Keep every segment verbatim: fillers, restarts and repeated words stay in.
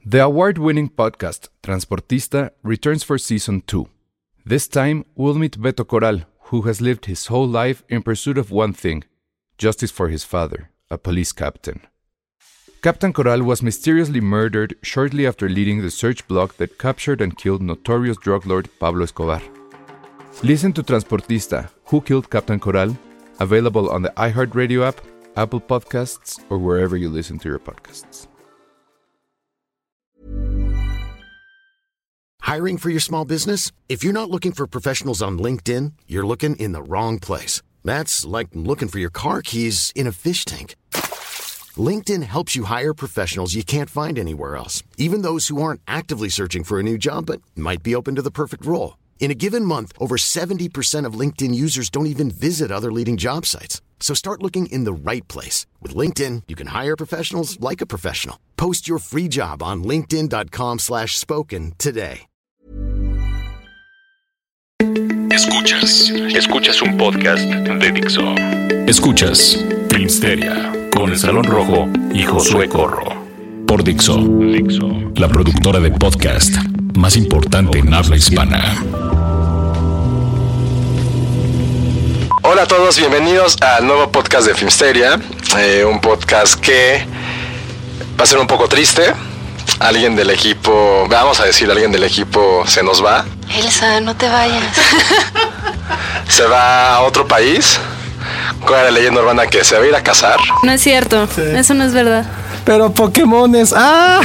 The award-winning podcast Transportista returns for season two. This time, we'll meet Beto Corral, who has lived his whole life in pursuit of one thing: justice for his father, a police captain. Captain Corral was mysteriously murdered shortly after leading the search block that captured and killed notorious drug lord Pablo Escobar. Listen to Transportista, Who Killed Captain Corral? Available on the iHeartRadio app, Apple Podcasts, or wherever you listen to your podcasts. Hiring for your small business? If you're not looking for professionals on LinkedIn, you're looking in the wrong place. That's like looking for your car keys in a fish tank. LinkedIn helps you hire professionals you can't find anywhere else, even those who aren't actively searching for a new job but might be open to the perfect role. In a given month, over seventy percent of LinkedIn users don't even visit other leading job sites. So start looking in the right place. With LinkedIn, you can hire professionals like a professional. Post your free job on linkedin.com slash spoken today. Escuchas, escuchas un podcast de Dixo. Escuchas Filmsteria con el Salón Rojo y Josué Corro. Por Dixo, Dixo, la productora de podcast más importante en habla hispana. Hola a todos, bienvenidos al nuevo podcast de Filmsteria, eh, un podcast que va a ser un poco triste. Alguien del equipo, vamos a decir, alguien del equipo se nos va. Elsa, no te vayas. Se va a otro país. ¿Cuál era la leyenda urbana? Que se va a ir a casar. No es cierto, sí. Eso no es verdad. Pero Pokémones, ¡ah!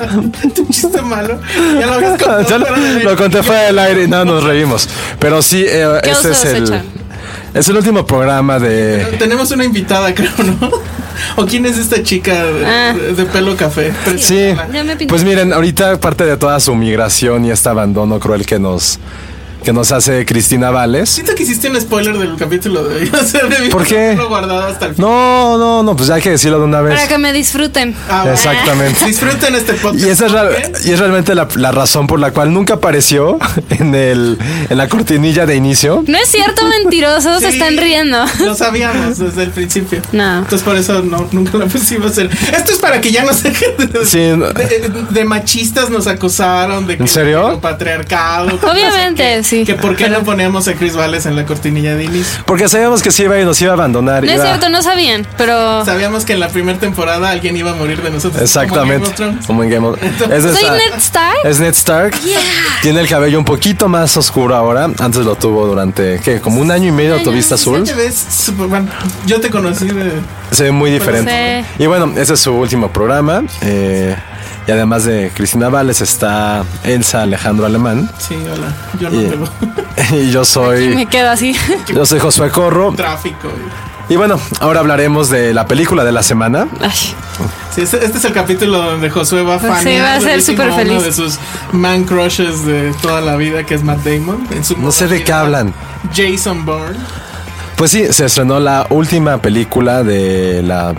Un chiste malo. Ya lo habías contado. Ya lo, lo conté fuera del aire y no nos reímos. Pero sí, eh, este es el, echan? es el último programa de... Pero tenemos una invitada, creo, ¿no? ¿O quién es esta chica de, ah. de, de pelo café? Sí, pues miren, ahorita parte de toda su migración y este abandono cruel que nos... que nos hace Cristina Vales. Siento que hiciste un spoiler del capítulo de hoy. O sea, ¿por qué? Guardado hasta el final. No, no, no, pues ya hay que decirlo de una vez. Para que me disfruten. Ah, bueno. Exactamente. Disfruten este podcast. Y esa es, real, y es realmente la, la razón por la cual nunca apareció en el en la cortinilla de inicio. No es cierto, mentirosos, sí, se están riendo. Lo sabíamos desde el principio. No. Entonces por eso no, nunca la pusimos. En... Esto es para que ya no se... De, sí. de, de, de machistas nos acusaron de que... ¿En serio? De patriarcado. Obviamente, sí. Que por qué no poníamos a Chris Vales en la cortinilla de inicio. Porque sabíamos que sí iba y nos iba a abandonar. No iba... es cierto, no sabían, pero... Sabíamos que en la primera temporada alguien iba a morir de nosotros. Exactamente. Como en Game of Thrones. ¿Soy Ned Stark? Es Ned Stark. Yeah. Tiene el cabello un poquito más oscuro ahora. Antes lo tuvo durante, ¿qué? Como un año y medio tuviste azul. Te ves super, bueno, yo te conocí de... Se ve muy diferente. Sí. Y bueno, ese es su último programa. Eh... Y además de Cristina Vales está Elsa Alejandro Alemán. Sí, hola. Yo no tengo. Y, y yo soy... Aquí me quedo así. Yo soy Josué Corro. Tráfico. Y bueno, ahora hablaremos de la película de la semana. Ay. Sí, este, este es el capítulo donde Josué va a fanear. Sí, va a ser súper feliz. Uno de sus man crushes de toda la vida, que es Matt Damon. En su no sé de qué hablan. Jason Bourne. Pues sí, se estrenó la última película de la...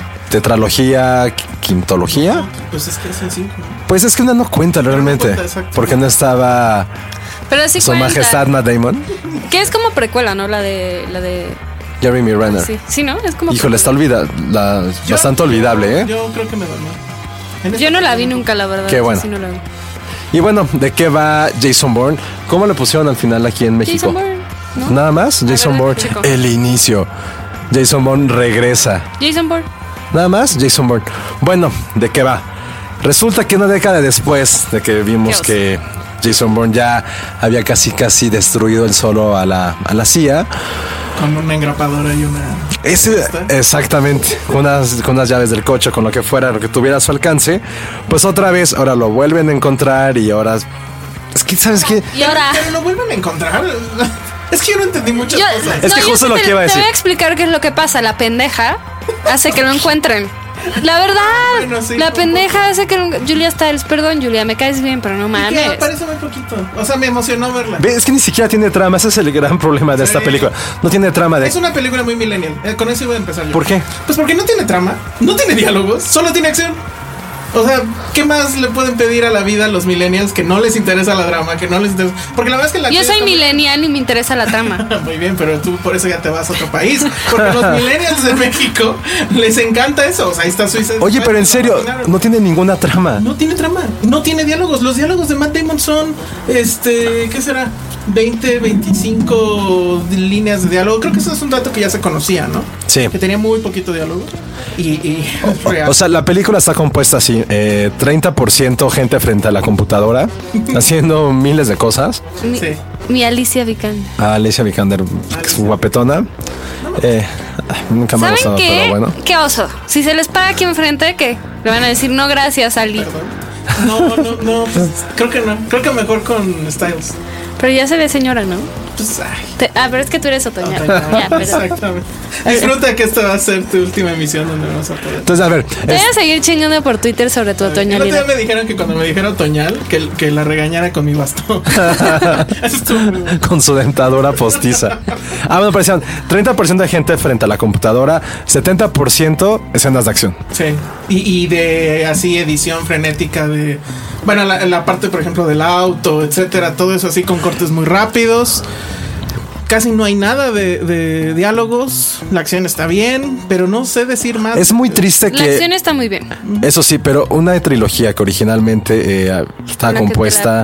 tetralogía, quintología. Pues es que son cinco. Pues es que una no cuenta realmente. No cuenta, porque no estaba Pero sí Su cuenta. Majestad Matt Damon. Que es como precuela, ¿no? La de la de Jeremy Renner. Sí, sí, ¿no? Es como Híjole, está olvida, la, yo, bastante olvidable, ¿eh? Yo creo que me dormí. Yo no la vi nunca, la verdad. Qué bueno. Sí, no la vi. Y bueno, ¿de qué va Jason Bourne? ¿Cómo le pusieron al final aquí en México? Jason Bourne, ¿no? Nada más, Jason ver, Bourne. chico. El inicio. Jason Bourne regresa. Jason Bourne. Nada más, Jason Bourne. Bueno, ¿de qué va? Resulta que una década después de que vimos que Jason Bourne ya había casi casi destruido el solo a la, a la C I A. Con una engrapadora y una... Ese, exactamente, con unas, con unas llaves del coche, con lo que fuera, lo que tuviera a su alcance. Pues otra vez, ahora lo vuelven a encontrar y ahora... Es que, ¿sabes qué? Y ahora... Pero lo vuelven a encontrar... Es que yo no entendí muchas yo, cosas. Es que no, justo lo te, que iba a decir. Te voy a explicar qué es lo que pasa. La pendeja hace que lo encuentren. La verdad, bueno, sí, la pendeja hace que lo... Julia Stiles, perdón Julia, me caes bien, pero no mames. Me parece muy poquito. O sea, me emocionó verla. Ve, es que ni siquiera tiene trama. Ese es el gran problema de sí. esta película. No tiene trama de... Es una película muy millennial. Eh, con eso iba a empezar yo. ¿Por qué? Pues porque no tiene trama, no tiene diálogos, solo tiene acción. O sea, ¿qué más le pueden pedir a la vida a los millennials que no les interesa la trama, que no les interesa? Porque la verdad es que la Yo soy millennial y me interesa la trama. Muy bien, pero tú por eso ya te vas a otro país. Porque los millennials de México les encanta eso. O sea, ahí está Suiza. Oye, pero en serio, no tiene ninguna trama. No tiene trama. no tiene diálogos. Los diálogos de Matt Damon son, este, ¿qué será? veinte, veinticinco líneas de diálogo. Creo que eso es un dato que ya se conocía, ¿no? Sí. Que tenía muy poquito diálogo. Y, y es real. O sea, la película está compuesta así, eh, treinta por ciento gente frente a la computadora, haciendo miles de cosas. Mi, Sí. mi Alicia Vikander. A Alicia Vikander, que es guapetona. Eh, nunca me ha ¿Saben gustado, qué? pero bueno. Qué oso. Si se les para aquí enfrente, ¿qué? Le van a decir no gracias, Ali. No, no, no, pues, creo que no. Creo que mejor con Styles. Pero ya se ve señora, ¿no? Pues, ay. Te- ah, pero es que tú eres otoñal. Otoñal. Ya, pero- Exactamente. Disfruta que esta va a ser tu última emisión donde vamos a poder. Entonces, a ver, Te es- voy a seguir chingando por Twitter sobre tu El otro día otoñalidad. me dijeron que cuando me dijera otoñal, que, que la regañara con mi bastón. Eso estuvo muy bueno. con su dentadura postiza. Ah, bueno, parecían treinta por ciento de gente frente a la computadora, setenta por ciento escenas de acción. Sí. Y, y de así edición frenética de. Bueno, la, la parte, por ejemplo, del auto, etcétera. Todo eso así con cortes muy rápidos. Casi no hay nada de, de diálogos. La acción está bien, pero no sé decir más. Es muy triste La acción que... está muy bien. Eso sí, pero una trilogía que originalmente eh, estaba La que compuesta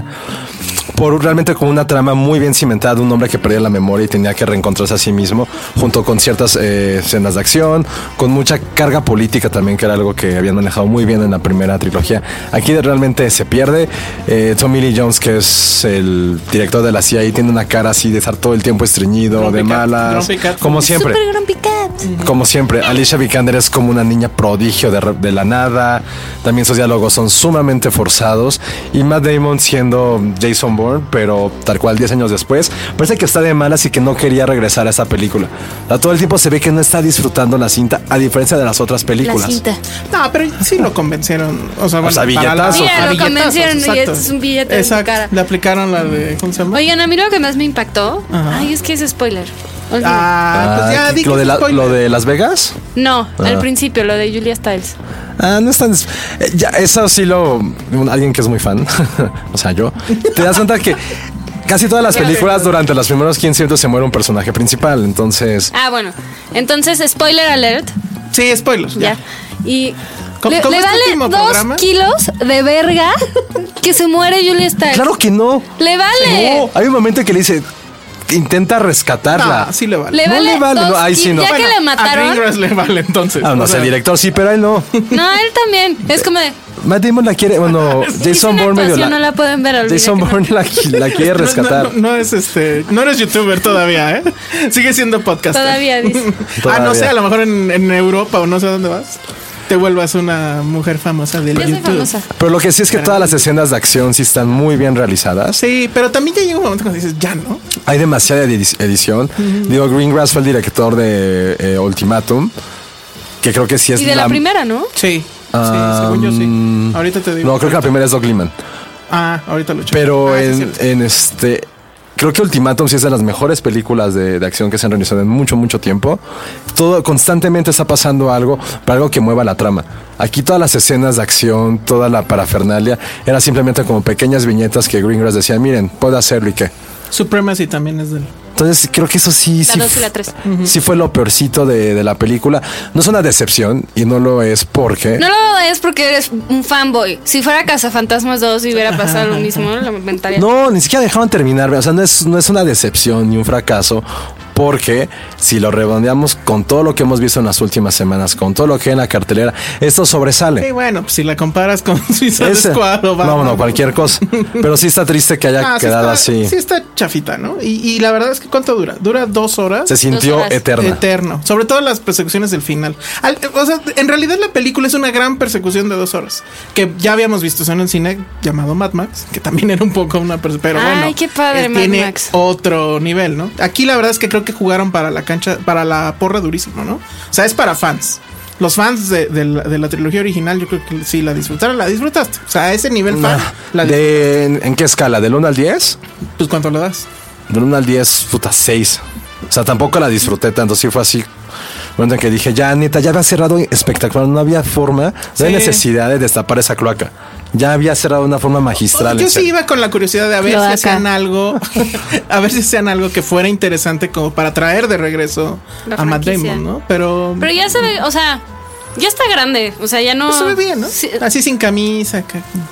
por realmente con una trama muy bien cimentada de un hombre que perdía la memoria y tenía que reencontrarse a sí mismo, junto con ciertas eh, escenas de acción, con mucha carga política también, que era algo que habían manejado muy bien en la primera trilogía. Aquí realmente se pierde. Eh, Tommy Lee Jones, que es el director de la C I A, tiene una cara así de estar todo el tiempo estreñido, Grumpy de Cat, malas, Grumpy Cat. como siempre. Super Grumpy Cat. Como siempre, Alicia Vikander es como una niña prodigio de, re- de la nada. También sus diálogos son sumamente forzados. Y Matt Damon siendo Jason Bourne, pero tal cual diez años después, parece que está de malas y que no quería regresar a esa película. O sea, todo el tiempo se ve que no está disfrutando la cinta, a diferencia de las otras La películas. cinta. No, pero sí lo convencieron. O sea, bueno, sea, para billetazos. Mira, lo billetazos, convencieron y exacto. este es un billete en tu Exacto. cara. Le aplicaron la de. ¿Cómo se llama? Oigan, a mí lo que más me impactó. Ajá. Ay, es que es spoiler. Olviden. Ah, pues ya Ah, di que lo, de es la- spoiler. lo de Las Vegas. No, al Ah. principio, lo de Julia Stiles. Ah, no es tan. eh, Ya, eso sí lo. un- Alguien que es muy fan, o sea, yo. Te das cuenta que casi todas las películas durante los primeros quince minutos se muere un personaje principal. Entonces. Ah, bueno. Entonces, spoiler alert. Sí, spoilers. Ya. Ya. Y ¿Cómo- le, cómo le es tu vale último dos programa? kilos de verga que se muere Julia Stiles. Claro que no. Le vale. No, hay un momento que le dice. Intenta rescatarla. Ah, sí le vale. Le No vale. le vale, dos no, ahí sí kilos. no. Ya Bueno, que le A mataron. Greengrass le vale entonces. Ah, no O sé, sea, el director sí, pero a él no. No, él también. Es como de. Matt Damon la quiere. Bueno, Hice Jason una Bourne medio. actuación, La, no la pueden ver. olviden Jason que no. Bourne la, la quiere no- rescatar. No, no, no es este. No eres youtuber todavía, ¿eh? Sigue siendo podcaster. Todavía dice. Ah, Todavía. no sé, a lo mejor en, en Europa o no sé dónde vas. Te vuelvas una mujer famosa del Yo soy YouTube. famosa. Pero lo que sí es que todas las escenas de acción sí están muy bien realizadas. Sí, pero también ya llega un momento cuando dices, ya no. Hay demasiada edi- edición. Digo, Greengrass fue el director de eh, Ultimatum, que creo que sí es Y de la primera, ¿no? Sí, sí, Ah, según yo sí. mm, Ahorita te digo. No, creo que la primera es Doug Liman. Ah, ahorita lo checo. Pero Ah, sí, en, cierto. en este. Creo que Ultimatum sí es de las mejores películas de, de acción que se han realizado en mucho, mucho tiempo. Todo constantemente está pasando algo, para algo que mueva la trama. Aquí todas las escenas de acción, toda la parafernalia, era simplemente como pequeñas viñetas que Greengrass decía, miren, puedo hacerlo y qué. Supremacy también es del. Entonces creo que eso sí, La sí, dos y la f- tres. sí fue lo peorcito de, de la película. No es una decepción y no lo es porque... No lo es porque eres un fanboy. Si fuera Cazafantasmas dos y hubiera pasado lo mismo, lo lamentaría. No, ni siquiera dejaron terminar. O sea, no es, no es una decepción ni un fracaso. Porque si lo redondeamos con todo lo que hemos visto en las últimas semanas, con todo lo que hay en la cartelera, esto sobresale. Sí, bueno, pues si la comparas con Suicide Ese- Squad o no, Batman, no, cualquier cosa. Pero sí está triste que haya Ah, sí quedado está- así. Sí está chafita, ¿no? Y, y la verdad es que ¿cuánto dura? Dura dos horas. Se sintió horas. eterna. Eterno. Sobre todo las persecuciones del final. Al- o sea, en realidad la película es una gran persecución de dos horas. Que ya habíamos visto eso en el cine llamado Mad Max, que también era un poco una persecución. Pero Ay, bueno, qué padre, eh, Mad tiene Max. otro nivel, ¿no? Aquí la verdad es que creo que jugaron para la cancha, para la porra durísimo, ¿no? O sea, es para fans. Los fans de, de la, de la trilogía original, yo creo que sí la disfrutaron, la disfrutaste. O sea, a ese nivel fan, la dis- De, ¿en, en qué escala? ¿Del uno al diez? pues ¿cuánto le das? Del uno al diez, puta, seis. O sea, tampoco la disfruté tanto. Sí fue así. Bueno, en que dije, ya, neta, ya había cerrado espectacular. No había forma, no Sí. hay necesidad de destapar esa cloaca. Ya había cerrado de una forma magistral. Yo ese- sí iba con la curiosidad de a ver Cloaca. si hacían algo, a ver si hacían algo que fuera interesante como para traer de regreso La a Matt franquicia. Damon, ¿no? Pero, Pero ya se ve, o sea, ya está grande. O sea, ya no. pues se ve bien, ¿no? Sí, Así sin camisa. que-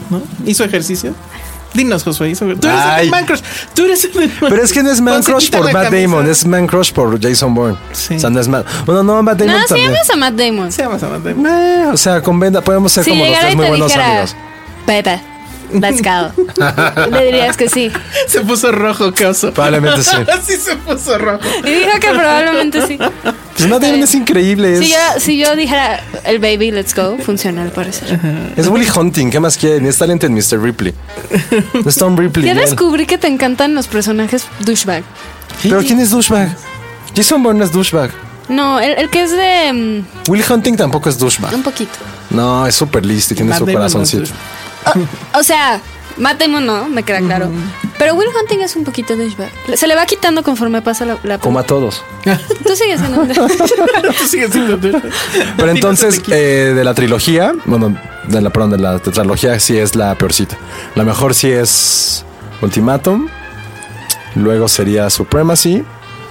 ¿no? ¿Hizo ejercicio? Dinos, Josué, hizo ejercicio. Tú eres Ay. el man crush. Tú eres el Pero es que no es man Ponce, crush quita por la Matt camisa. Damon, es man crush por Jason Bourne. Sí. O sea, no es man. Bueno, no, Matt Damon No, si también. amas a Matt Damon. Se llama Samantha Damon. Eh, o sea, con Venda podemos ser Si como los llegara tres y muy te buenos dijera, amigos. Pepe, let's go. Le dirías que sí. Se puso rojo, qué oso. Probablemente sí. Sí se puso rojo. Y dijo que probablemente sí. Pues Matt Damon es increíble. Es, Si yo, si yo dijera el baby, let's go, funciona al parecer. es Willy Hunting. ¿Qué más quieren? Es talento en mister Ripley. Es Tom Ripley. Ya bien. descubrí que te encantan los personajes douchebag. Pero ¿quién es douchebag? Jason Bourne es douchebag. No, el, el que es de Willy Hunting tampoco es douchebag. mm, un poquito. No, es súper listo y tiene Matt su Damon no es corazoncito. O sea, Matt Damon no, me queda claro. Pero Will Hunting es un poquito douchebag. Se le va quitando conforme pasa la, la Como a todos. Tú sigues siendo un Tú sigues siendo tú. Pero entonces, eh, de la trilogía, bueno, de la, perdón, de la tetralogía sí es la peorcita. La mejor sí es Ultimatum. Luego sería Supremacy.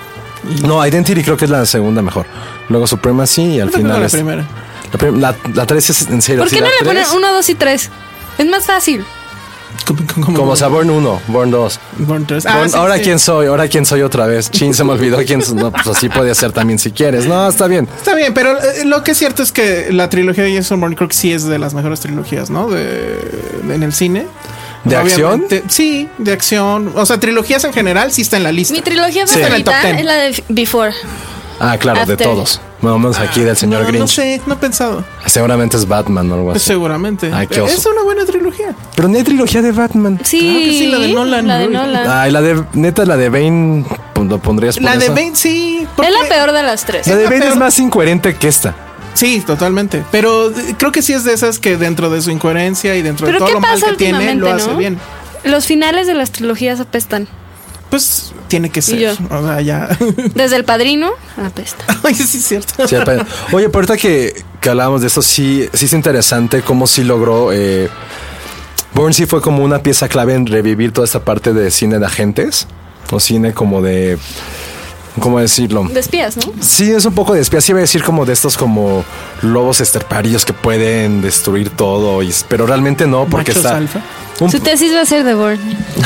No, Identity creo que es la segunda mejor. Luego Supremacy y al Yo tengo final la es... primera. La, prim- la, la tres es en serio. ¿Por sí, qué no la le ponen tres, uno, dos y tres? Es más fácil. Como, como, Como o sea, Born uno, Born dos. Born tres. Ah, Born- sí, ahora sí. quién soy, ahora quién soy otra vez. Chin, se me olvidó quién soy. No, pues así puede ser también si quieres. No, está bien. Está bien, pero eh, lo que es cierto es que la trilogía de Jason Bourne creo que sí es de las mejores trilogías, ¿no? De, de- en el cine. ¿De acción? Obviamente, sí, de acción. O sea, trilogías en general sí está en la lista. Mi trilogía Sí. En el top favorita ten. es la de Before. Ah, claro, de After. todos. Bueno, menos aquí del señor no, Grinch. No sé, no he pensado. Seguramente es Batman o algo Pues así. seguramente. Ay, qué oso. Es una buena trilogía. Pero ni hay trilogía de Batman. Sí, Claro que sí, la de Nolan. La de Uy. Nolan. Ay, la de, neta, la de Bane, pues, lo pondrías por La de eso? Bane, sí. Es porque- la peor de las tres. La de la Bane peor. es más incoherente que esta. Sí, totalmente. Pero eh, creo que sí es de esas que dentro de su incoherencia y dentro de Pero todo ¿qué lo mal pasa que tiene, últimamente, lo hace no? bien. Los finales de las trilogías apestan. Pues tiene que ser. yo. O sea, ya. Desde El Padrino, apesta. Ay, sí, es cierto. Sí, pero- Oye, pero ahorita que, que hablábamos de esto, sí, sí es interesante cómo sí logró. Eh, Bourne sí fue como una pieza clave en revivir toda esta parte de cine de agentes. O cine como de. ¿Cómo decirlo? De espías, ¿no? Sí, es un poco de espía. Sí, iba a decir como de estos como lobos esterparillos que pueden destruir todo. Y, pero realmente no, porque Machos está. alfa. un- Su tesis va a ser de Bourne.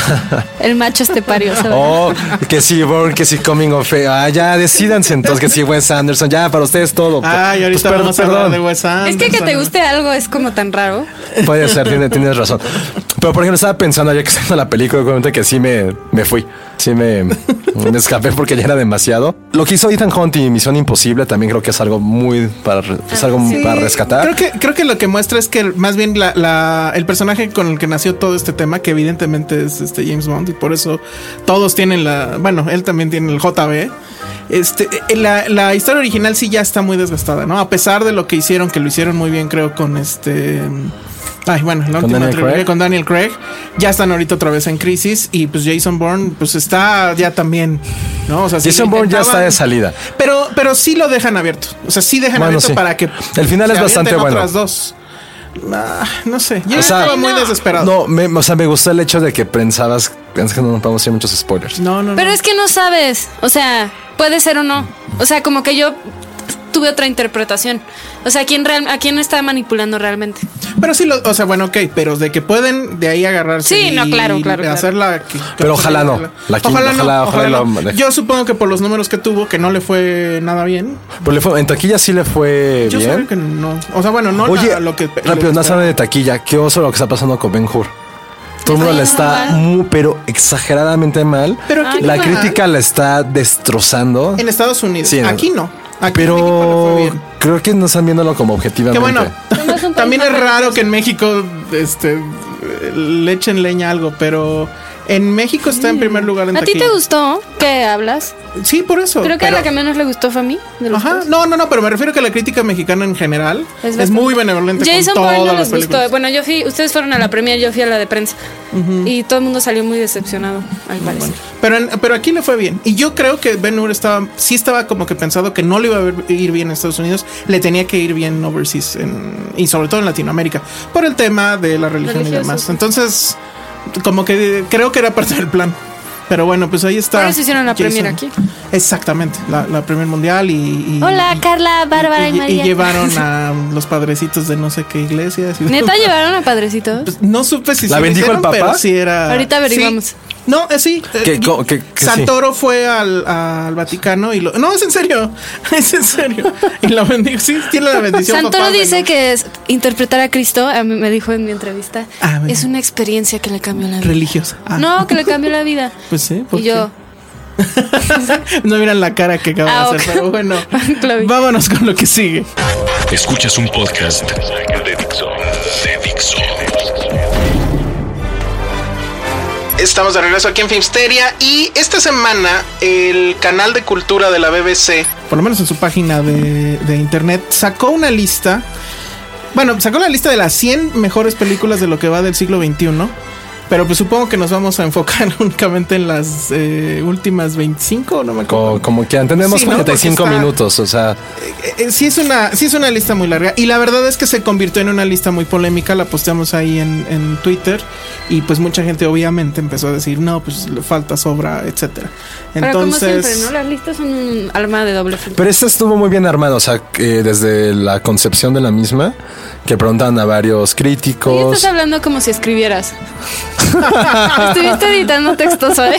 El macho estepario, ¿sabes? Oh, que sí, Bourne, que sí, Coming of Age. Ah, ya, decídanse entonces que sí, Wes Anderson. Ya, para ustedes todo. Ay, ahorita Pues, vamos a hablar de Wes Anderson. Es que que te guste algo es como tan raro. Puede ser, tiene- tienes razón. Pero por ejemplo, estaba pensando ayer que estaba viendo la película, obviamente que sí me, me fui. Sí me, me escapé porque ya era demasiado. Lo que hizo Ethan Hunt y Misión Imposible también creo que es algo muy para, re- es algo Sí, para rescatar. Creo que, creo que lo que muestra es que más bien la, la- el personaje con el que nació todo este tema, que evidentemente es este James Bond, y por eso todos tienen la. Bueno, él también tiene el J B. Este, eh, la, la historia original sí ya está muy desgastada, ¿no? A pesar de lo que hicieron, que lo hicieron muy bien, creo, con este. Ay, bueno, la ¿Con última Daniel trilogía Craig? con Daniel Craig. Ya están ahorita otra vez en crisis. Y pues Jason Bourne, pues está ya también, ¿no? O sea, si Jason lo Bourne ya está intentaban- de salida. Pero, pero sí lo dejan abierto. O sea, sí dejan Bueno, abierto sí. para que. El final se es bastante avienten bueno. Otras dos. Ah, no sé. Yo O sea, estaba muy no. desesperado. No, me, o sea, me gustó el hecho de que pensabas, pensas que no nos podemos hacer muchos spoilers. No, no, no. Pero es que no sabes. O sea, puede ser o no. O sea, como que yo tuve otra interpretación. O sea, ¿a quién, real, a quién está manipulando realmente? Pero sí, lo, o sea, bueno, ok, pero de que pueden de ahí agarrarse. Sí, no, y claro, claro, claro. hacerla. que- que Pero no se ojalá le- no. La quinta- ojalá, no. ojalá- Ojalá, ojalá no. lo maneje. Yo supongo que por los números que tuvo, que no le fue nada bien. Pero le fue, en taquilla sí le fue Yo bien. sabía que no. O sea, bueno, no Oye, la- lo que. rápido, lo no que saben de taquilla. Qué oso lo que está pasando con Ben Hur. Todo el mundo Ay, le no, está mal. muy, pero exageradamente mal. Pero aquí la no. crítica la está destrozando. En Estados Unidos. Sí, en- Aquí no. Aquí en México Pero le fue bien. creo que no están viéndolo como objetivamente. Que bueno, No es un país también es más raro religioso. que en México este, le echen leña a algo, pero en México está en primer lugar en ¿A ti taquilla. te gustó que hablas? Sí, por eso. Creo que pero- a la que menos le gustó fue a mí. De los Ajá, dos. no, no, no, pero me refiero que la crítica mexicana en general es, Es bastante- muy benevolente Jason con Bourne todas no las les gustó. películas. Bueno, yo fui, ustedes fueron a la premier, yo fui a la de prensa. Y todo el mundo salió muy decepcionado, al parecer. Pero, en- pero aquí le fue bien. Y yo creo que Ben Hur estaba, sí estaba como que pensado que no le iba a ver- ir bien en Estados Unidos, le tenía que ir bien overseas en- y sobre todo en Latinoamérica, por el tema de la religión y Religioso, demás. sí. Entonces, como que creo que era parte del plan. Pero bueno, pues ahí está. Por eso hicieron la Jason. premier aquí. Exactamente, la, la premier mundial y, y Hola, y, Carla, Bárbara y, y, María. y llevaron a los padrecitos de no sé qué iglesias. y ¿Neta demás. llevaron a padrecitos? Pues no supe si ¿La sí lo bendijo el hicieron, papá? pero sí era. Ahorita averiguamos. Sí. No, eh, sí. eh, ¿Qué- co- qué- qué Santoro fue al, al Vaticano y lo. No, es en serio. Es en serio. Y lo bendijo. Sí, tiene la bendición. Santoro papá, dice ¿no? que es interpretar a Cristo, a mí me dijo en mi entrevista, Ah, bueno. es una experiencia que le cambió la vida. Religiosa. Ah. No, que le cambió la vida. Pues sí. ¿por Y yo, qué? No miran la cara que acaba Ah, de hacer, ok. pero bueno. Lo vi. Vámonos con lo que sigue. Escuchas un podcast de Dixo. De Dixo. Estamos de regreso aquí en Filmsteria y esta semana el canal de cultura de la B B C, por lo menos en su página de, de internet, sacó una lista. Bueno, sacó la lista de las cien mejores películas de lo que va del siglo veintiuno. Pero pues supongo que nos vamos a enfocar únicamente en las eh, últimas veinticinco, no me acuerdo. Como, como que tenemos Sí, ¿no? cuarenta y cinco Porque está- minutos, o sea, Eh, eh, sí es una sí es una lista muy larga y la verdad es que se convirtió en una lista muy polémica. La posteamos ahí en, en Twitter y pues mucha gente obviamente empezó a decir no, pues le falta, sobra, etcétera. pero como Entonces siempre, ¿no? Las listas son un arma de doble filo. pero esta estuvo muy bien armada, o sea, que desde la concepción de la misma, que preguntaban a varios Oye, críticos. estás hablando como si escribieras. Estuviste editando textos, ¿eh?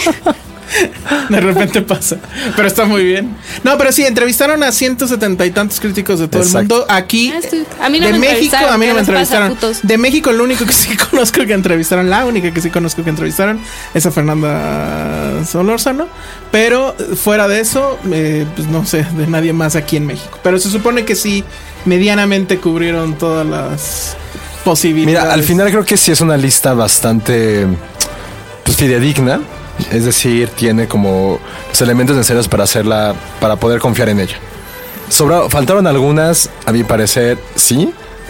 de repente pasa, pero está muy bien. No, pero sí, entrevistaron a ciento setenta y tantos críticos de todo Exacto. el mundo. Aquí Ah, estoy- a mí no de me México, entrevistaron, a mí no ¿qué me les pasa, entrevistaron. putos? De México, el único que sí conozco que entrevistaron, la única que sí conozco que entrevistaron es a Fernanda Solórzano. Pero fuera de eso, eh, pues no sé de nadie más aquí en México. Pero se supone que sí, medianamente cubrieron todas las posibilidades. Mira, al final creo que sí es una lista bastante pues, fidedigna. Es decir, tiene como los elementos necesarios para hacerla, para poder confiar en ella. Sobra, faltaron algunas, a mi parecer, sí.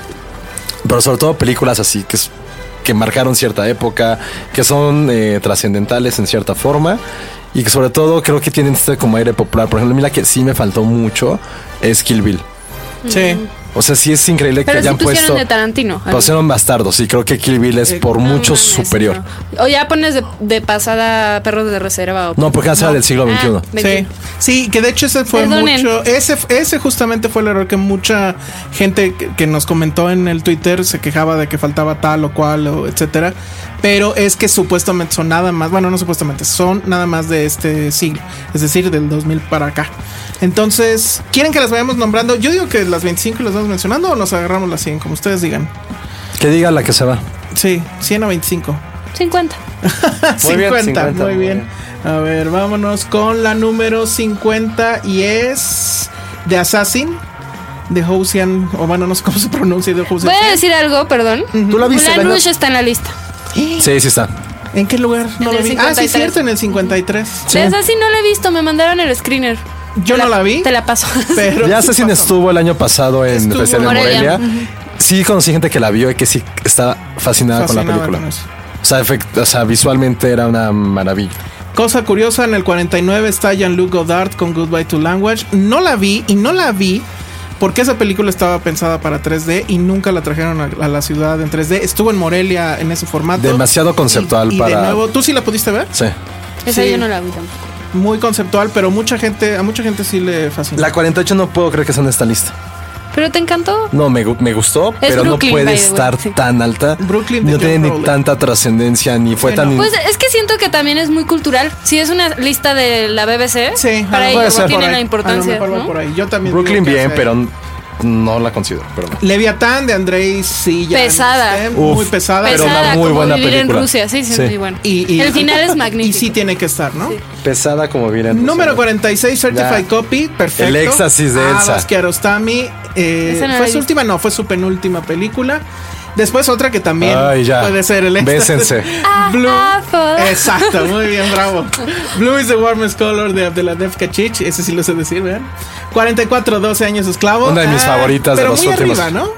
Pero sobre todo películas así, que, es- que marcaron cierta época, que son eh, trascendentales en cierta forma. Y que sobre todo creo que tienen este como aire popular. Por ejemplo, a mí la que sí me faltó mucho es Kill Bill. Sí. O sea, sí es increíble Pero que sí hayan pusieron puesto... de Tarantino. Pusieron bastardos y creo que Kill Bill es Eh, por No mucho mames, superior. no. O ya pones de, de pasada Perros de Reserva. O No, porque esa era del siglo veintiuno. Ah, Sí, veintiuno. sí, que de hecho ese fue Perdonen. mucho, ese, ese justamente fue el error que mucha gente que, que nos comentó en el Twitter se quejaba de que faltaba tal o cual o etcétera, pero es que supuestamente son nada más, bueno no supuestamente, son nada más de este siglo, es decir, del dos mil para acá. Entonces, ¿quieren que las vayamos nombrando? Yo digo que las veinticinco las vamos mencionando o nos agarramos las cien, como ustedes digan. Que diga la que se va. Sí, cien o veinticinco. cincuenta. Muy bien, cincuenta, cincuenta, muy muy bien. A ver, vámonos con la número cincuenta y es The Assassin de Housian, o bueno, no sé cómo se pronuncia, de Housian. Voy a decir algo, perdón. ¿Tú la viste, Moulin Elena? Rouge está en la lista. Sí, sí está. ¿En qué lugar? No En lo el vi. Ah, sí, cincuenta y tres. cierto, en el cincuenta y tres. Sí. De esa sí no la he visto, me mandaron el screener. Yo Te no la vi, Te la paso. pero Ya sí Assassin pasó. estuvo el año pasado en Estuvo el Festival de Morelia. Morelia. Sí conocí gente que la vio y que sí estaba fascinada con la Fascinada película. con eso. O sea, efect- o sea, visualmente era una maravilla. Cosa curiosa, en el cuarenta y nueve está Jean-Luc Godard con Goodbye to Language. No la vi y no la vi porque esa película estaba pensada para tres D y nunca la trajeron a, a la ciudad en tres D. Estuvo en Morelia en ese formato. Demasiado conceptual Y- y para... de nuevo, ¿tú sí la pudiste ver? Sí. Esa Sí. yo no la vi tampoco. Muy conceptual, pero mucha gente, a mucha gente sí le fascina. La cuarenta y ocho no puedo creer que sea en esta lista. ¿Pero te encantó? No, me, gu- me gustó, pero Brooklyn, no puede by the way, estar sí. tan alta. Brooklyn de no John tiene ni Crowley. tanta trascendencia, ni fue Sí, tan... no. Pues es que siento que también es muy cultural. Si es una lista de la B B C, Sí, para a lo ellos puede mejor ser. por tiene ahí, la a lo importancia. mejor va ¿no? por ahí. Yo también Brooklyn digo que bien, hace- pero no la considero, perdón. Leviatán de Andrei Silla. Pesada. Uf, Muy pesada. pero Pesada, una muy como buena vivir película. en Rusia. Sí, sí, Sí. muy bueno. Y, y- El final es Y magnífico. sí tiene que estar, ¿no? Sí. Pesada como bien. Número cuarenta y seis, Certified Ya. Copy, perfecto. El éxtasis de Ah, Elsa. Vaz Kiarostami, eh, Esa no la ¿fue he su visto. última? No, fue su penúltima película. Después otra que también Ay, ya. puede ser el éxtasis. Bésense. Blue. Ah, for- Exacto, muy bien, bravo. Blue is the warmest color de Abdeladev Kachich. Ese sí lo sé decir, vean. cuarenta y cuatro, doce años esclavo. Una de mis favoritas de pero los muy últimos. arriba, ¿no?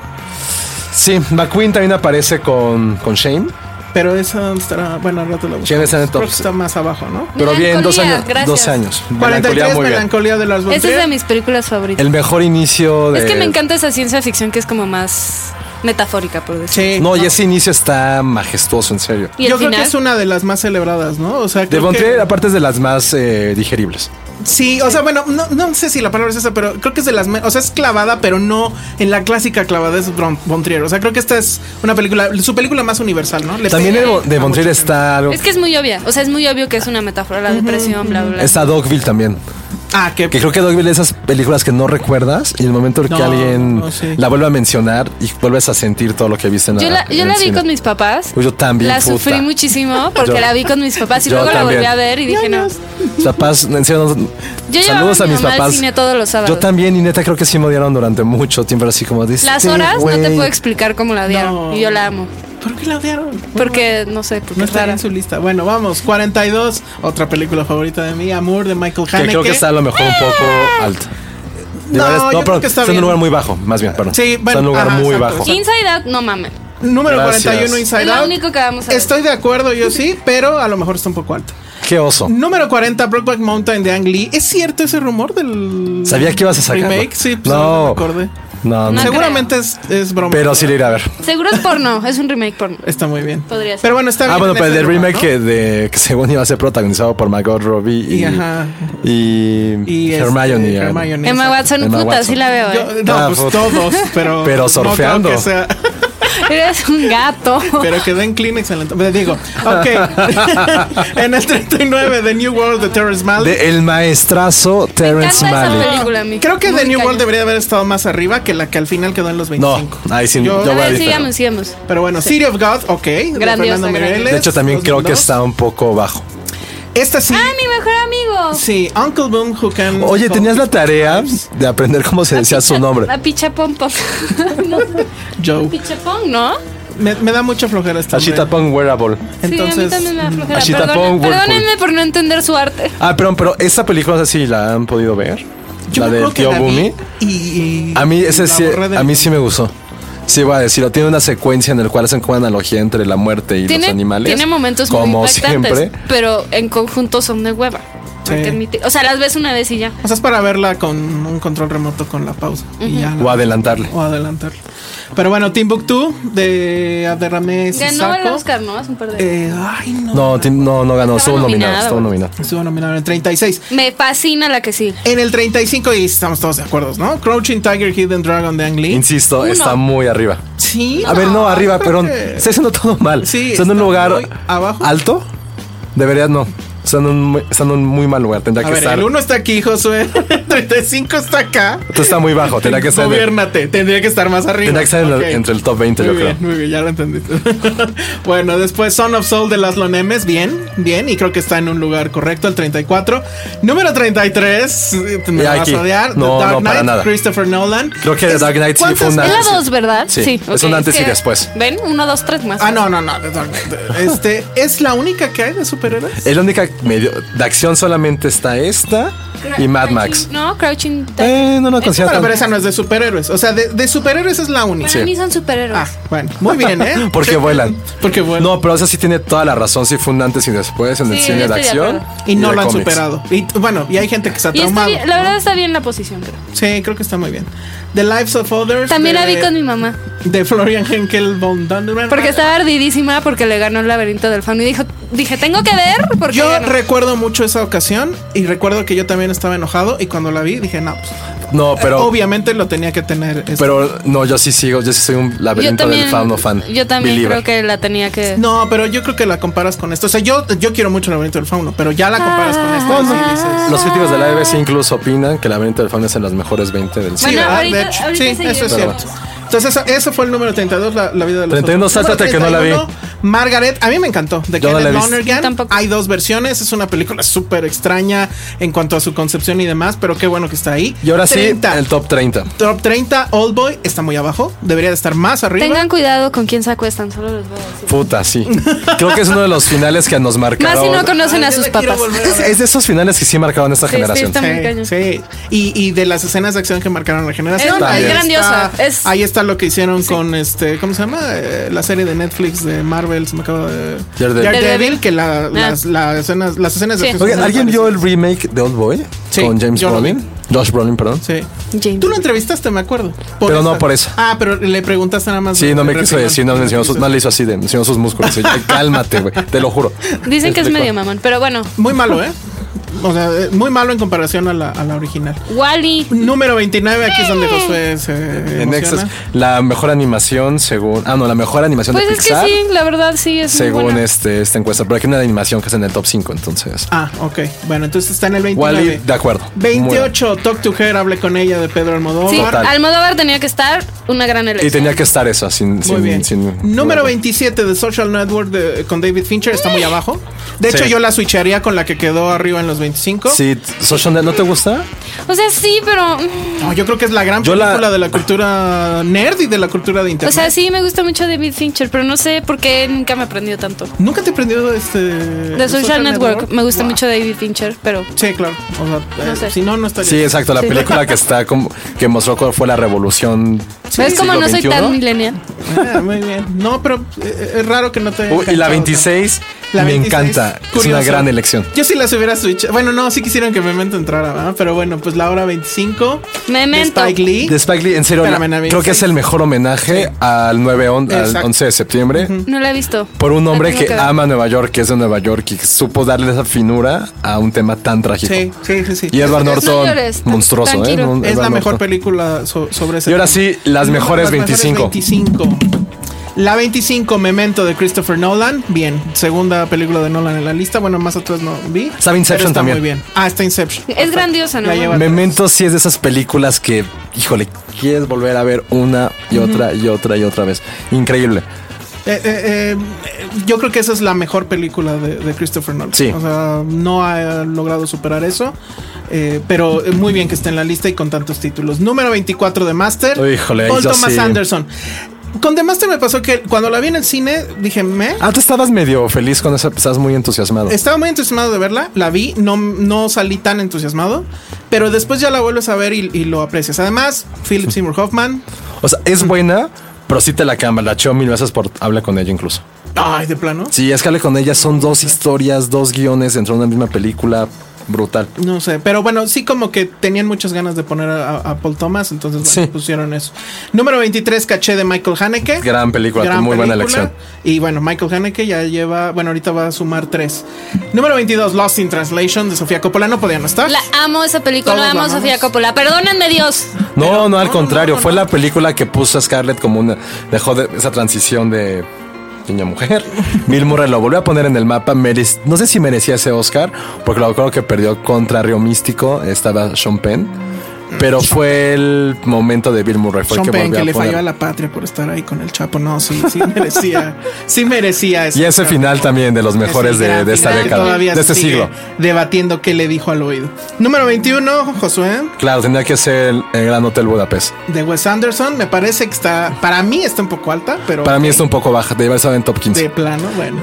Sí, McQueen también aparece con, con Shane. Pero esa estará, bueno, al rato la busco. Shane está en el top. Creo que está más abajo, ¿no? Pero bien, dos Melancolía, años. gracias. doce años. cuarenta y Melancolía tres, muy bien. Melancolía de Lars von Esa es Trier. de mis películas favoritas. El mejor inicio de. Es que me encanta esa ciencia ficción que es como más metafórica, por decir. Sí. No, y ese inicio está majestuoso, en serio. Y el Yo creo final, que es una de las más celebradas, ¿no? O sea, De creo Von que- Trier, aparte es de las más eh, digeribles. Sí, o sea, bueno, no, no sé si la palabra es esa, pero creo que es de las... me- O sea, es clavada, pero no en la clásica clavada es Von Von Trier. O sea, creo que esta es una película, su película más universal, ¿no? Le También pega de, de a Von Trier mucha gente. está algo. es que es muy obvia. O sea, es muy obvio que es una metáfora, la depresión, bla, bla, bla. Está Dogville también. Ah, que... Que creo que Dogville es esas películas que no recuerdas y el momento en que No, alguien no, sí. la vuelve a mencionar y vuelves a sentir todo lo que viste en Yo la, en yo el la vi cine. con mis papás. Pues yo también, La puta. sufrí muchísimo porque Yo- la vi con mis papás y yo luego la volví también. a ver y dije, no. Mis papás, en serio, no- Yo llevaba saludos a a mi mis mamá al papás. cine todos los sábados. Yo también, y neta, creo que sí me odiaron durante mucho tiempo, así como de Las este horas no te güey. puedo explicar cómo la odiaron. No. Y yo la amo. ¿Por qué la odiaron? Porque, no sé, porque No es está rara. en su lista. Bueno, vamos. cuarenta y dos. Otra película favorita de mí. Amour de Michael Que Haneke. creo que está a lo mejor un poco alto. No, Digo, es- yo creo perdón, que está en un bien. lugar muy bajo, más bien, perdón. Sí, bueno, está en un lugar ajá, muy exacto, bajo. exacto. Inside Out, no mames. Número Gracias. cuarenta y uno, Inside Es lo Out. único que vamos a ver. Estoy de acuerdo, yo sí, pero a lo mejor está un poco alto. Qué oso. Número cuarenta, Brokeback Mountain de Ang Lee. ¿Es cierto ese rumor del Sabía que ibas a sacarlo. remake? Sí, pues No. me acordé. No, no. No. Seguramente es, es broma. Pero sí le iré a ver. Seguro es porno, es un remake porno. Está muy bien. Podría ser. Pero bueno, está bien. Ah, bueno, en pero ese el lugar, remake ¿no? que, de, que según iba a ser protagonizado por Margot Robbie y, Y, ajá. y, Y este, Hermione. eh. Hermione, Emma exacto. Watson, Emma puta, Watson. sí la veo, Yo- ¿eh? no, Ah, pues puta. todos, pero. Pero no creo surfeando. que sea- Eres un gato. pero que den Kleenex en la- Digo, ok. En el treinta y nueve, The New World de Terrence Malick. De el maestrazo Me Terrence encanta esa Malick. película a mí. Creo que Muy The New cañón. World debería haber estado más arriba que la que al final quedó en los No, veinticinco. ahí sí, Yo- yo, A voy a ver, diferir. sigamos, sigamos. Pero bueno, City of God, ok. de Grandiosa, Fernando grandiosa. Mireles, De hecho, también creo que dos mil dos. está un poco bajo. Esta sí. ¡Ah, mi mejor amigo! Sí, Uncle Boom Who Can. Oye, tenías la tarea de aprender cómo se decía su nombre. La pichapón pong. No, Joe. pichapón, ¿no? Me, me da mucha flojera esta. Ashita Pong Wearable. Sí, a mí Entonces, también me da flojera. Ashita Perdone- Pong, Whirlpool. perdónenme por no entender su arte. Ah, perdón, pero esa película no sé si la han podido ver. yo la me del acuerdo que tío la vi Bumi. Y, y- A mí ese la sí, borré de a mi- mí sí me gustó. Sí, voy a decirlo. Tiene una secuencia en la cual hacen como una analogía entre la muerte y Tiene, los animales. tiene momentos como muy impactantes, siempre. pero en conjunto son de hueva. Sí. Hay que admitir. O sea, las ves una vez y ya. O sea, es para verla con un control remoto con la pausa. Y ya. O adelantarle. O adelantarle. Pero bueno, Timbuktu de Aderrame Ganó el Sissako. Oscar, ¿no? Hace un par de Eh, ay, no. No, ti- no, no ganó. Estaba Estuvo nominado. nominado. Estuvo nominado. Estuvo nominado en el treinta y seis. Me fascina la que sigue. En el treinta y cinco, y estamos todos de acuerdo, ¿no? Crouching Tiger, Hidden Dragon de Ang Lee. Insisto, Uno. está muy arriba. Sí. A ver, no, arriba, creo perdón. que- Está haciendo todo mal. Sí, está en un está lugar muy abajo. alto. Debería no. Está en un, muy- está en un muy mal lugar. Tendría A que ver, estar. el uno está aquí, Josué. El treinta y cinco está acá. Esto está muy bajo. Tendría que estar. en el- Gobiérnate, tendría que estar más arriba. Tendría que estar en el- Ok. entre el top veinte, muy yo bien, creo. Muy bien, ya lo entendí. Bueno, después Son of Soul de Laszlo Nemes, bien, bien, y creo que está en un lugar correcto, el treinta y cuatro. Número treinta y tres, me Y vas aquí. a odiar. No, The Dark no, para Knight, nada. Christopher Nolan. Creo que The Es- Dark Knight sí ¿cuántas fue una- Es veces? la dos, ¿verdad? Sí, es un ok, antes y que- después. ¿Ven? Uno, dos, tres más. Ah, no, no, no, The Dark Knight. Este, ¿es la única que hay de superhéroes? Es la única medio. De acción solamente está esta y Mad Max. No, Crouching Tiger. Eh, no, no, considero Bueno, tan- pero esa no es de superhéroes. O sea, de, de superhéroes es la única. Para mí son superhéroes. Ah, bueno, muy bien, ¿eh? Porque Sí. vuelan. Porque vuelan. No, pero esa sí tiene toda la razón. Sí fue un antes y después en el Sí, cine yo de estoy de acción. acuerdo. Y no de lo han cómics. superado. Y bueno, y hay gente que está Y está traumada. bien, la verdad está bien la posición, creo. Sí, creo que está muy bien. The Lives of Others. También de, la vi con mi mamá. De Florian Henkel von Dunderman. Porque estaba ardidísima porque le ganó el laberinto del fauno. Y dijo, dije, tengo que ver porque Yo ganó. recuerdo mucho esa ocasión y recuerdo que yo también estaba enojado y cuando la vi dije, no, pues, No, pero. obviamente lo tenía que tener. este. Pero no, yo sí sigo. Yo sí soy un yo laberinto también, del fauno fan. yo también believer. creo que la tenía que... No, pero yo creo que la comparas con esto. O sea, yo, yo quiero mucho el laberinto del fauno, pero ya la comparas con esto. y sí dices, Los críticos de la A B C incluso opinan que el laberinto del fauno es en las mejores veinte del sí, cine. Bueno, ¿verdad? ahorita- de hecho, ahorita sí, seguiremos. eso es Pero cierto. Entonces, eso, eso fue el número treinta y dos, la, la vida de los treinta y uno, otros. sáltate Número que no la vi. treinta y uno, Margaret, a mí me encantó. De Yo no la Kenneth he visto. Lonergan. Tampoco. Hay dos versiones. Es una película súper extraña en cuanto a su concepción y demás, pero qué bueno que está ahí. Y ahora treinta. sí, el top treinta. Top treinta, Oldboy está muy abajo. Debería de estar más arriba. Tengan cuidado con quién se acuestan, solo les voy a decir. Puta, sí. Creo que es uno de los finales que nos marcaron. Más si no conocen Ay, a yo sus la quiero papás. volver a ver. Es de esos finales que sí marcaron esta Sí, sí, generación. está muy cañón. Sí, sí. Y, y de las escenas de acción que marcaron la generación. Es ahí También. grandiosa. Está, Es- Ahí está lo que hicieron con este, ¿cómo se llama? Eh, la serie de Netflix de Marvel, se me acaba de Daredevil. Daredevil, que la, las, las escenas, las escenas de Sí. acción. Oye, son ¿alguien muy vio el remake de Old Boy Sí, con James yo lo vi. Brolin? Josh Brolin, perdón. Sí. James. Tú lo entrevistaste, me acuerdo. Pero no por eso. Ah, pero le preguntaste nada más. Sí, de- no me de quiso refilón. decir, no, me enseñó sus, no le hizo así, de, me enseñó sus músculos. Y yo, cálmate, güey, te lo juro. Dicen que es Explico. medio mamón, pero bueno. Muy malo, ¿eh? O sea, eh, muy malo en comparación a la, a la original. Wall-E. Número veintinueve, aquí es donde Josué se En emociona. Nexus, la mejor animación según... Ah, no, la mejor animación Pues de es que Pixar sí, la verdad sí es muy según buena. este, esta encuesta. Pero aquí hay una animación que es en el top cinco, entonces... Ah, ok. Bueno, entonces está en el veintinueve. Wall-E, de acuerdo. veintiocho, Talk to Her, Hable con ella, de Pedro Almodóvar. Sí, Total. Almodóvar tenía que estar una gran Y elección. tenía que estar esa, sin... Muy sin, bien. sin- Número sin- veintisiete de Social Network de- con David Fincher está muy abajo. De hecho, Sí. yo la switcharía con la que quedó arriba en los veinticinco. Sí, Social Net, ¿no te gusta? O sea, sí, pero... No, yo creo que es la gran Yo la- película de la cultura nerd y de la cultura de O internet. sea, sí me gusta mucho David Fincher, pero no sé por qué nunca me aprendió tanto. ¿Nunca te prendió este... De Social Network, me gusta Wow. mucho David Fincher, pero... Sí, claro. O sea, No eh, sé. si no, no estaría. Sí, exacto, la Sí. película que está como... que mostró cuál fue la revolución. ¿Ves cómo siglo no soy tan veintiuno? millennial? Ah, muy bien. No, pero eh, es raro que no te haya Uy, y la encantado veintiséis La me veintiséis, encanta. Es curioso. una gran elección. Yo sí las hubiera switchado. Bueno, no, sí quisieron que Memento entrara, ¿verdad? Pero bueno, pues la hora veinticinco. Memento. De Spike Lee. De Spike Lee, en serio, Espérame, la- la creo que es el mejor homenaje al nueve on- al Exacto. once de septiembre. No la he visto. Por un hombre La que tengo ver. ama Nueva York, que es de Nueva York y que supo darle esa finura a un tema tan trágico. Sí, sí, sí, sí. Y Edward Es- Norton, No llores, monstruoso, tranquilo. ¿eh? Un- Es la Edward mejor Norton. película so- sobre ese Y ahora tema. sí, las mejores veinticinco. veinticinco. La veinticinco, Memento de Christopher Nolan. Bien, segunda película de Nolan en la lista. Bueno, más atrás no vi. Está Inception pero está también. muy bien. Ah, está Inception. Es grandiosa, ¿no? La lleva- Memento sí es de esas películas que, híjole, quieres volver a ver una y otra y otra y otra vez. Increíble. Eh, eh, eh, yo creo que esa es la mejor película de, de Christopher Nolan. Sí. O sea, no ha logrado superar eso. Eh, pero muy bien que esté en la lista y con tantos títulos. Número veinticuatro de Master. Híjole, Paul yo Thomas sí. Anderson. Con The Master me pasó que cuando la vi en el cine dije, me. Ah, tú estabas medio feliz con esa, estabas muy entusiasmado. Estaba muy entusiasmado de verla, la vi, no, no salí tan entusiasmado, pero después ya la vuelves a ver y, y lo aprecias. Además, Philip Seymour Hoffman. O sea, es buena, pero sí te la cambalacheó mil veces por habla con ella incluso. Ay, de plano. Sí, es que hable con ella son dos historias, dos guiones dentro de una misma película. Brutal. No sé, pero bueno, sí como que tenían muchas ganas de poner a, a Paul Thomas, entonces bueno, Sí. pusieron eso. Número veintitrés, Caché de Michael Haneke. Gran película, Gran muy buena película. elección. Y bueno, Michael Haneke ya lleva, bueno, ahorita va a sumar tres. Número veintidós, Lost in Translation de Sofía Coppola. No podía no estar. La amo esa película, Todos la amo la amamos. Sofía Coppola. Perdónenme, Dios. No, Pero- no, al no, contrario. no, no, Fue no. la película que puso a Scarlett como una. Dejó de esa transición de niña mujer. Bill Murray lo volvió a poner en el mapa. Merec- no sé si merecía ese Oscar, porque lo creo que perdió contra Río Místico. Estaba Sean Penn. Pero fue el momento de Bill Murray. Fue el Sean que Penn, volvió que a le poner. falló a la patria por estar ahí con el Chapo. No, sí, sí merecía. sí merecía eso. Y ese final también de los mejores de, de esta década, Todavía de este sigue siglo. debatiendo qué le dijo al oído. Número veintiuno, Josué, Claro, tenía que ser el, el Gran Hotel Budapest. de Wes Anderson. Me parece que está, para mí está un poco alta, pero Para mí ok, está un poco baja. Debe estar en top quince. de plano, bueno.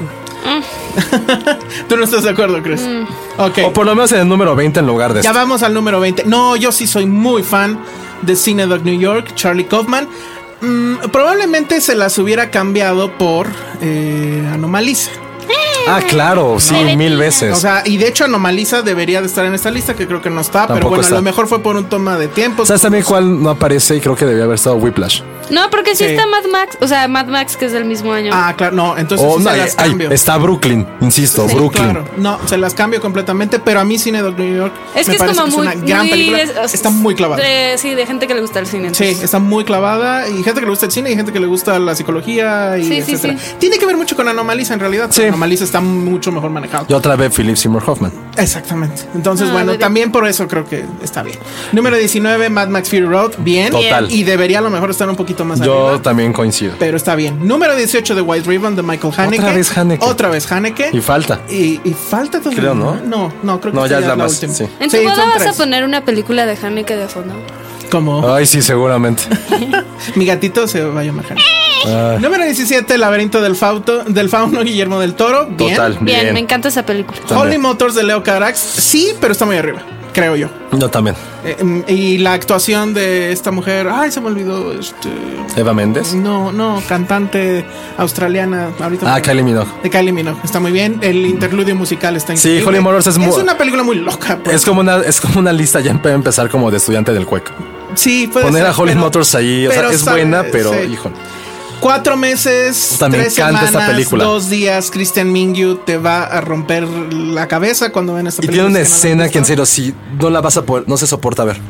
Tú no estás de acuerdo, Chris. Ok. O por lo menos en el número veinte en lugar de Ya este. vamos al número veinte. No, yo sí soy muy fan de Cinedog New York, Charlie Kaufman. Mm, probablemente se las hubiera cambiado por eh, Anomalisa. Ah, claro, sí, No. mil veces. O sea, y de hecho Anomalisa debería de estar en esta lista, que creo que no está, pero Tampoco bueno, está. a lo mejor fue por un toma de tiempo. ¿Sabes también cuál no aparece? Y creo que debía haber estado Whiplash. No, porque sí, Sí. está Mad Max. O sea, Mad Max, que es del mismo año. Ah, claro, no, entonces Oh, sí no, se ay, las ay, cambio. está Brooklyn, insisto, Sí, Brooklyn. claro. No, se las cambio completamente, pero a mí Cinedog New York es me que es parece como que muy. es una gran muy película. des- o sea, Está muy clavada. de- sí, de gente que le gusta el cine. Sí, entonces. está muy clavada y gente que le gusta el cine y gente que le gusta la psicología y Sí, sí, etcétera. sí. Tiene que ver mucho con Anomalisa en realidad. Sí. Anomalisa está mucho mejor manejado. Y otra vez Philip Seymour Hoffman. Exactamente. Entonces, Ah, bueno, muy bien. también por eso creo que está bien. Número diecinueve, Mad Max Fury Road. Bien. Total. Y debería a lo mejor estar un poquito más Yo arriba. también coincido. Pero está bien. Número dieciocho de White Ribbon de Michael Haneke. Otra vez Haneke. Otra vez Haneke. Y falta. Y, y falta todavía. Creo, ¿no? No, no, creo que No, esta ya es la más, última. sí. ¿En tu Sí, boda son vas a tres. poner una película de Haneke de fondo? Como Ay, sí, seguramente. mi gatito se va a llamar Haneke. Ay, Número diecisiete, Laberinto del, Fauto, del Fauno, Guillermo del Toro. Bien. total, Bien, bien. me encanta esa película. También. Holy Motors de Leo Carax. Sí, pero está muy arriba. creo yo. Yo también. Eh, y la actuación de esta mujer, ay, se me olvidó. Este, Eva Méndez. No, no, cantante australiana. Ahorita Ah, Kylie Minogue. De Kylie Minogue. Está muy bien. El interludio musical está increíble. Sí, Holy Motors es muy... Es una película muy loca. Pues. Es como una, es como una lista ya para empezar como de estudiante del cueco. Sí, puede Poner ser, a Holy pero, Motors ahí, o sea, es sabe, buena, pero sí. híjole. Cuatro meses, Puta, me tres encanta semanas, esta película. dos días. Christian Mingyu te va a romper la cabeza cuando ven esta Y película. tiene una Es que no la escena han que en visto. serio, si no la vas a poder, no se soporta ver.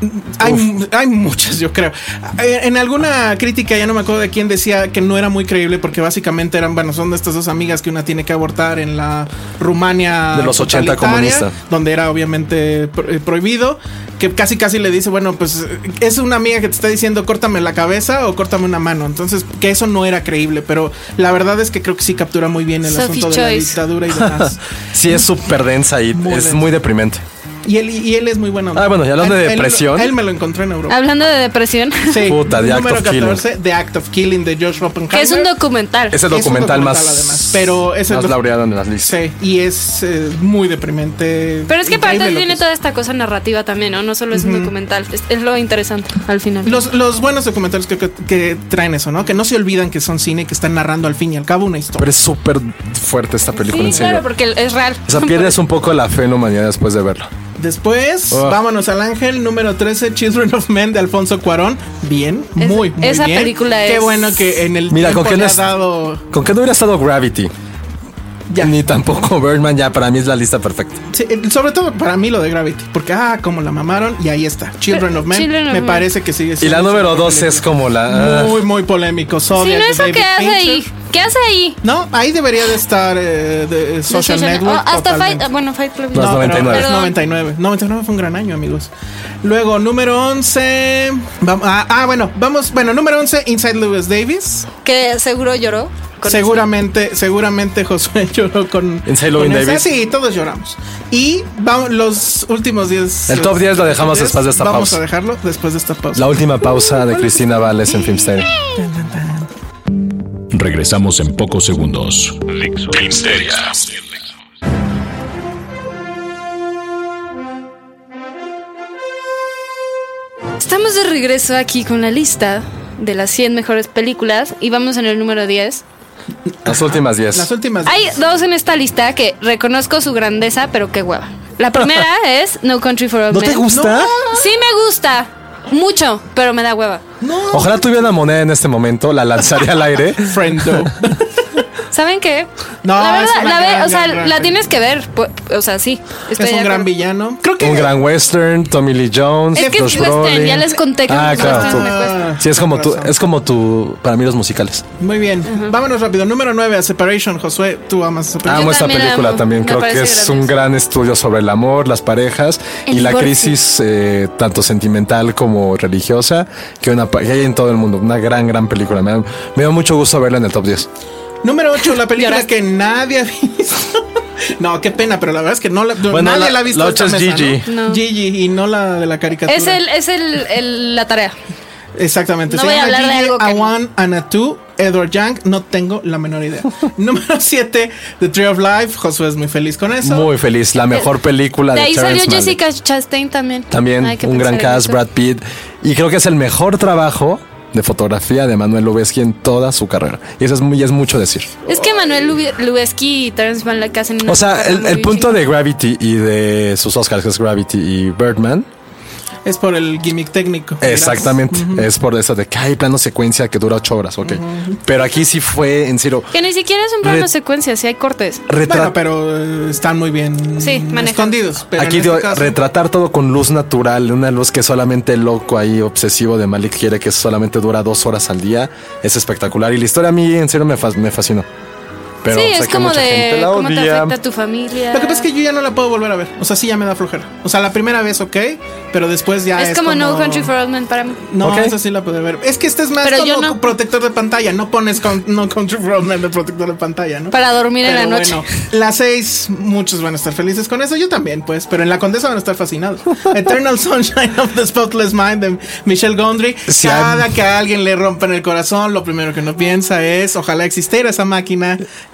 Hay, hay muchas, yo creo. En alguna crítica, ya no me acuerdo de quién, decía que no era muy creíble porque básicamente eran, bueno, son de estas dos amigas que una tiene que abortar en la Rumania De los ochenta totalitaria, comunista. donde era obviamente pro- eh, prohibido, que casi casi le dice, bueno, pues es una amiga que te está diciendo córtame la cabeza o córtame una mano. Entonces, que eso no era creíble, pero la verdad es que creo que sí captura muy bien el Sophie asunto de la Choice. dictadura y demás. Sí, es súper densa y Muy es densa. muy deprimente. Y él, y él es muy bueno. Ah, bueno, y hablando de depresión. Él, él me lo encontré en Europa. Hablando de depresión, Sí, Puta, The Act número of Killing. catorce, The Act of Killing de Josh Oppenheimer. que es un documental. Es el Es un documental, más, además, pero es el más doc- laureado en las listas. Sí, y es eh, muy deprimente. Pero es que aparte Increíble lo tiene que toda esta cosa narrativa también, ¿no? No solo es un documental. Es, es lo interesante al final. es. Los, los buenos documentales que, que, que traen eso, ¿no? Que no se olvidan que son cine y que están narrando al fin y al cabo una historia. Pero es súper fuerte esta película, Sí, en serio. claro, porque es real. O sea, pierdes un poco la fe en la humanidad después de verlo. Después, Oh. vámonos al ángel, número trece, Children of Men de Alfonso Cuarón. Bien, Es- muy, muy esa bien. película Qué es- bueno que en el Mira, tiempo ¿con qué le no ha es- dado... ¿Con qué no hubiera estado Gravity? Ya. Ni tampoco Birdman, ya para mí es la lista perfecta. Sí, eh, sobre todo para mí lo de Gravity, porque ah, como la mamaron y ahí está. Children of Men, Children of me Men. parece que sigue Y siendo la número una dos película. es como la... ah, Muy, muy polémico. Sí, Zodiac no, de eso David que hace Fincher. ahí. ¿Qué hace ahí? No, ahí debería de estar eh, de, Social Social- Network. oh, hasta totalmente. Fight. Bueno, Fight Club. No, es pero noventa y nueve. es Perdón. noventa y nueve. noventa y nueve fue un gran año, amigos. Luego, número once. vam- Ah, ah, bueno, vamos. Bueno, número once, Inside Lewis Davis. Que seguro lloró. con Seguramente, seguramente Josué lloró con. Inside con Llewyn esa. Davis. Sí, todos lloramos. Y vamos, los últimos diez. El top diez lo dejamos después de esta vamos pausa. a dejarlo después de esta pausa. La última pausa de Cristina Vales en Filmsteria. Regresamos en pocos segundos. Filmsteria. Estamos de regreso aquí con la lista de las cien mejores películas y vamos en el número diez. Las últimas diez. Las últimas. Hay dos en esta lista que reconozco su grandeza, pero qué hueva. La primera es No Country for Old ¿No Men. te gusta? Sí me gusta. Mucho, pero me da hueva. Ojalá tuviera una moneda en este momento, la lanzaría al aire. Friendo. ¿Saben qué? No, la es verdad, una la ve- gran, o sea, gran, gran la peli. tienes que ver. pu- O sea, sí. estoy Es de un gran acuerdo. villano. Creo que. Un gran western, Tommy Lee Jones, Es que Josh es western, Brolin. ya les conté que Ah, los claro, westerns tú- me cuestan. Sí, es como tu, razón. es como tu, para mí los musicales. Muy bien. Vámonos rápido. Número nueve, a Separation. Josué, tú amas a Separation. Amo esta también película amo. también. Me Creo que parece es un grandioso. gran estudio sobre el amor, las parejas El y la divorcio. crisis eh, tanto sentimental como religiosa que, una, pa- que hay en todo el mundo. Una gran, gran película. Me da, me da mucho gusto verla en el top diez. Número ocho, la película Lloraste. que nadie ha visto. No, qué pena, pero la verdad es que no la, Bueno, nadie la- la, ha visto. la esta ocho es mesa, Gigi. ¿no? No. Gigi y no la de la caricatura. Es el, es el, el- la tarea. Exactamente. No Se voy a llama hablar de Gigi, algo que a no. One and a Two. Edward Young, no tengo la menor idea. Número siete, The Tree of Life. Josué es muy feliz con eso. Muy feliz. La mejor película De de, ahí salió Terrence Malick. Jessica Chastain también. También Hay que un gran pensar en cast, eso. Brad Pitt. Y creo que es el mejor trabajo de fotografía de Manuel Lubezki en toda su carrera. Y eso es, muy, es mucho decir. Es que Manuel Lube- Lubezki y Terrence Malick hacen una O sea, carrera el, muy el punto chingona. de Gravity y de sus Oscars, que es Gravity y Birdman, Es por el gimmick técnico. dirás. exactamente. Es por eso de que hay plano secuencia que dura ocho horas, ok. Pero aquí sí fue, en serio, Que ni siquiera es un plano Re- secuencia, sí hay cortes. retra- Bueno, pero eh, están muy bien Sí, manejan. escondidos. Pero aquí en digo, este caso- retratar todo con luz natural, una luz que solamente el loco ahí obsesivo de Malik quiere, que solamente dura dos horas al día, es espectacular. Y la historia a mí en serio me, fa- me fascinó. Pero sí, sé es que como mucha gente de la cómo te odia. afecta a tu familia. Lo que pasa es que yo ya no la puedo volver a ver. O sea, sí ya me da flojera. O sea, la primera vez, ok, pero después ya es, es como, No Country for Old Men para mí. No, Ok. esa sí la puedo ver. Es que este es más Pero yo como no. protector de pantalla. No pones con, No Country for Old Men de protector de pantalla, ¿no? Para dormir en Pero la noche. bueno, las seis, muchos van a estar felices con eso. Yo también, pues. Pero en la Condesa van a estar fascinados. Eternal Sunshine of the Spotless Mind de Michelle Gondry. Sí, Cada hay- que a alguien le rompen el corazón, lo primero que uno piensa es: ojalá existiera esa máquina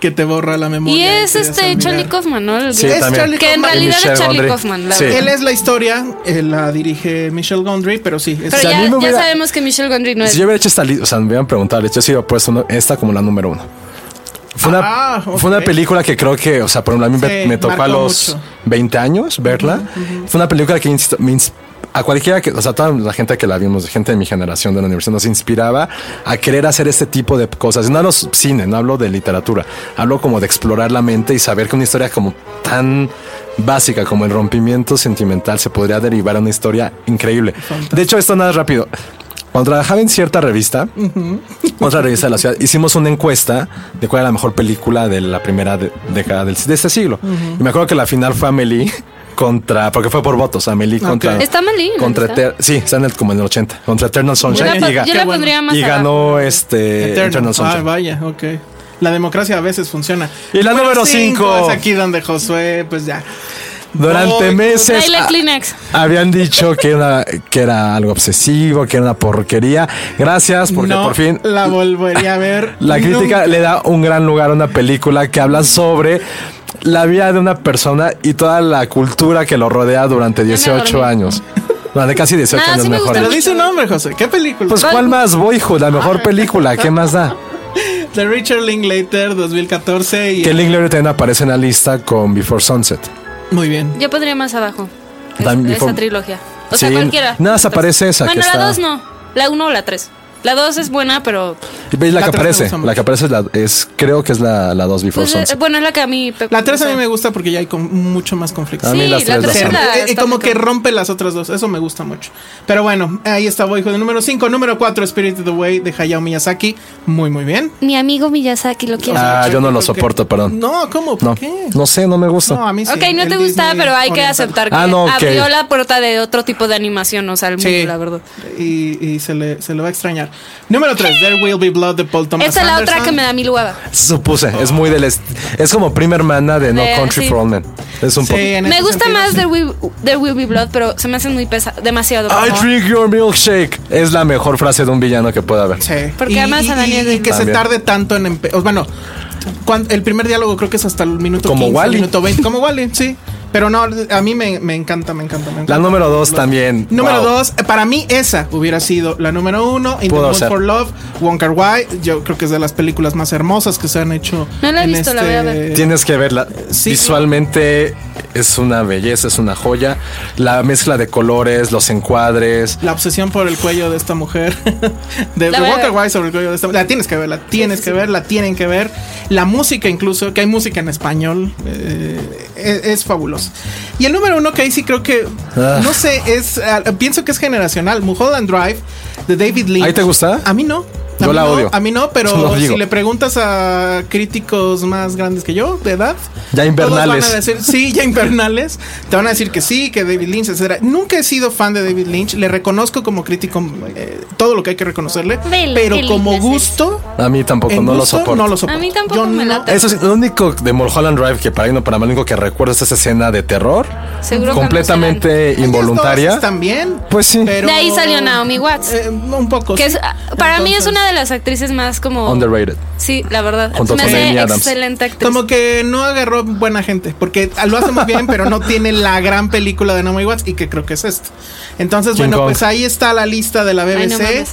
que te borra la memoria. Y es te hace este olvidar. Charlie Kaufman, ¿no? El- Sí, Es también. Charlie que en Kaufman. realidad Michelle es Charlie Gondry. Kaufman, la Sí. verdad. Él es la historia, él la dirige Michelle Gondry, pero sí. Es Pero Si a ya, mí me ya hubiera- sabemos que Michelle Gondry no es. Si yo hubiera hecho esta lista, o sea, me hubieran preguntado, yo sí hubiera puesto uno- esta como la número uno. Fue una, Ah, ok. fue una película que creo que, o sea, por ejemplo, a mí me, Sí, me tocó a marcó los mucho. veinte años verla. Fue una película que insisto, me ins- a cualquiera que, o sea, toda la gente que la vimos, gente de mi generación de la universidad, nos inspiraba a querer hacer este tipo de cosas. No hablo cine, no hablo de literatura, hablo como de explorar la mente y saber que una historia como tan básica como el rompimiento sentimental se podría derivar a una historia increíble. De hecho, esto nada rápido. Cuando trabajaba en cierta revista, otra revista de la ciudad, hicimos una encuesta de cuál era la mejor película de la primera de- década del, de este siglo. Y me acuerdo que la final fue Amélie contra, porque fue por votos, Amélie contra... Está Amélie, ¿no? Contra ¿Está? Eter- sí, está en el, como en el ochenta, contra Eternal Yo la, Sunshine. pon- y ga- yo la Qué bueno. pondría más y abajo. ganó este Eternal. Eternal Ah, Sunshine. vaya, ok. La democracia a veces funciona. Y la número cinco. Es aquí donde Josué, pues ya. Durante Ay, meses Baile ah, Kleenex. habían dicho que era, que era algo obsesivo, que era una porquería. Gracias, porque no por fin la volvería a ver. la crítica Nunca. le da un gran lugar a una película que habla sobre la vida de una persona y toda la cultura que lo rodea durante dieciocho dormí. años. Durante casi dieciocho Ah, años sí me mejor. gusta Pero mucho. dice un nombre, José. ¿Qué película? Pues ¿cuál más? Boyhood, la mejor película. ¿Qué más da? The Richard Linklater dos mil catorce. Y... Que Linklater también aparece en la lista con Before Sunset. Muy bien. Yo pondría más abajo. Es- También esa before- trilogía. O Sí, sea, cualquiera. nada más aparece esa Bueno, que la está- dos no. La uno o la tres. La dos es buena, pero. Y veis la, La que tres me aparece. gusta mucho. La que aparece es, la, es creo que es la, la dos Before Pues, eh, Sunset. bueno, es la que a mí. pe- La tres a o mí sea, me gusta porque ya hay con mucho más conflicto. A Sí, mí las la tres tres las es amo. la. Eh, está como muy que cabrón. rompe las otras dos. Eso me gusta mucho. Pero bueno, ahí está Boyhood. Número cinco. Número cuatro, Spirited Away de Hayao Miyazaki. Muy, muy bien. Mi amigo Miyazaki lo quiere. Ah, yo no lo ¿Por qué? soporto, perdón. No, ¿cómo? ¿Por No, qué? no sé, no me gusta. No, a mí sí. Ok, no El te gusta, Disney pero hay que oriental. aceptar que Ah, no, ok. abrió la puerta de otro tipo de animación, o sea, el mundo, Sí. la verdad. Y, y se, le, se le va a extrañar. Número tres, There Will Be Blood de Paul Thomas Esa es la otra Anderson. que me da mil hueva. Supuse, es muy del est- es como prima hermana de No De- Country sí. for Old Men. Es un Sí, poco. en Me ese gusta sentido, más sí. There Will, There Will Be Blood, pero se me hace muy pesa demasiado. I como- drink your milkshake. Es la mejor frase de un villano que pueda haber. Sí. Porque y, amas y- a Daniel y- y Day-Lewis. que se También. tarde tanto en empe- o, bueno, cuan- el primer diálogo creo que es hasta el minuto Como quince, Wall-E. minuto veinte, como Wall-E, sí. Pero no, a mí me, me encanta, me encanta, me encanta. La número dos también. Número Wow. dos, eh, para mí esa hubiera sido la número uno. In the Pudo Mood ser. for Love, Wong Kar Wai. Yo creo que es de las películas más hermosas que se han hecho. No la he en visto, la voy a ver. Tienes que verla. Sí. Visualmente es una belleza, es una joya. La mezcla de colores, los encuadres. La obsesión por el cuello de esta mujer. de La de voy a Wong Kar ver. Wai sobre el cuello de esta mujer. La tienes que ver, la tienes sí, que sí. ver, la tienen que ver. La música incluso, que hay música en español, eh, es, es fabuloso. Y el número uno, que ahí sí creo que, Ah. no sé, es ah, pienso que es generacional. Mulholland Drive de David Lynch. ¿Ahí te gusta? A mí no. A Yo mí la no, odio. A mí no, pero Lo digo. si le preguntas a críticos más grandes que yo, de edad, Ya invernales. todos van a decir, sí, ya invernales, te van a decir que sí, que David Lynch, etcétera. Nunca he sido fan de David Lynch, le reconozco como crítico eh, todo lo que hay que reconocerle, Vele, pero qué como lindo es gusto, A mí tampoco, en no lo gusto, soporto. no lo soporto. A mí tampoco Yo me no- late. Eso sí, lo único de Mulholland Drive que para mí no para mí lo único que recuerdo es esa escena de terror Seguro completamente Ellas involuntaria. dos también. Pues sí. pero- De ahí salió Naomi Watts. Eh, un poco. Que sí. es, para mí es Entonces, una de las actrices más como. Underrated. Sí, la verdad. Junto me con hace Amy Adams. excelente actriz. Como que no agarró buena gente, porque lo hace muy bien, pero no tiene la gran película de Naomi Watts y que creo que es esto. Entonces, King bueno, Kong. pues ahí está la lista de la B B Ay, no C.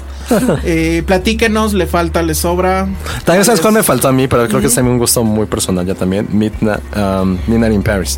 eh, platíquenos, le falta, le sobra. También sabes cuál me faltó a mí, pero creo que es también un gusto muy personal ya también. Midnight, um, Midnight in Paris.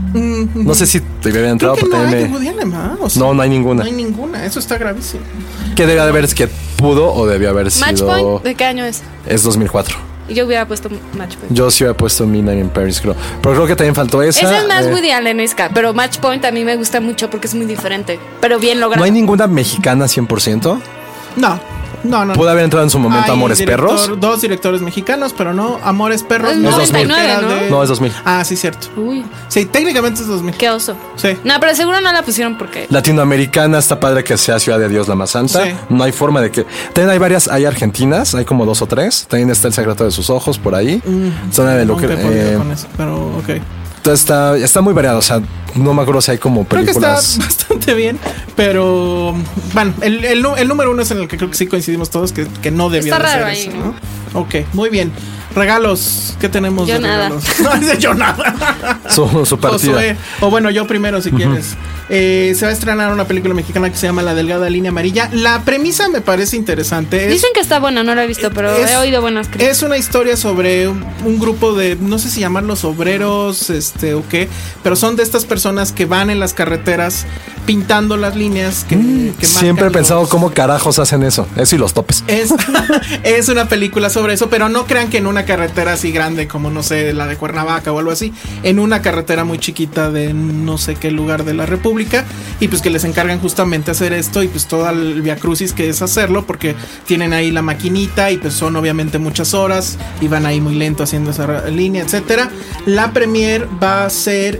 No sé si te había Creo entrado, que pero no hay de también me... Woody Allen, ¿ah? ¿O sí? No, no hay ninguna. No hay ninguna, eso está gravísimo. ¿Qué debía de haber? Es que pudo o debió haber Match sido... Point, ¿de qué año es? Es dos mil cuatro. Yo hubiera puesto Match Point. Yo sí había puesto Midnight in Paris, creo. Pero creo que también faltó esa. Esa es más eh, Woody Allenesca, pero Match Point a mí me gusta mucho porque es muy diferente, pero bien logrado. ¿No hay ninguna mexicana cien por ciento? No, no, no. Pudo haber entrado en su momento Hay Amores director- Perros. Dos directores mexicanos, pero no, Amores Perros. Es no, noventa y nueve, era ¿no? de- No, es dos mil. Ah, sí, cierto. Uy, Sí, técnicamente es dos mil. qué oso. Sí. No, pero seguro no la pusieron porque. Latinoamericana, está padre que sea Ciudad de Dios la más santa. Sí. No hay forma de que. También hay varias, hay argentinas, hay como dos o tres. También está El secreto de sus ojos por ahí. Zona de lo que. Nunca he podido eh, con eso, pero ok. entonces está, está muy variado. O sea, no me acuerdo si hay como Creo que películas. está bastante bien, pero bueno, el, el nu- el número uno es en el que creo que sí coincidimos todos que, que no debió Está de ser raro eso, ahí, ¿no? Ok, muy bien. regalos, ¿qué tenemos Yo de nada. regalos? No, dice yo nada. Su, su partida. Josué. O bueno, yo primero si uh-huh. quieres. Eh, se va a estrenar una película mexicana que se llama La Delgada Línea Amarilla. La premisa me parece interesante. Es, Dicen que está buena, no la he visto, pero es, he oído buenas críticas. Es una historia sobre un, un grupo de, no sé si llamarlos obreros, este o qué, pero son de estas personas que van en las carreteras pintando las líneas que, mm, que siempre he los... pensado cómo carajos hacen eso. Eso y los topes. Es, es una película sobre eso, pero no crean que en una carretera así grande como, no sé, la de Cuernavaca o algo así, en una carretera muy chiquita de no sé qué lugar de la República, y pues que les encargan justamente hacer esto, y pues todo el viacrucis que es hacerlo, porque tienen ahí la maquinita y pues son obviamente muchas horas y van ahí muy lento haciendo esa línea, etcétera. La premier va a ser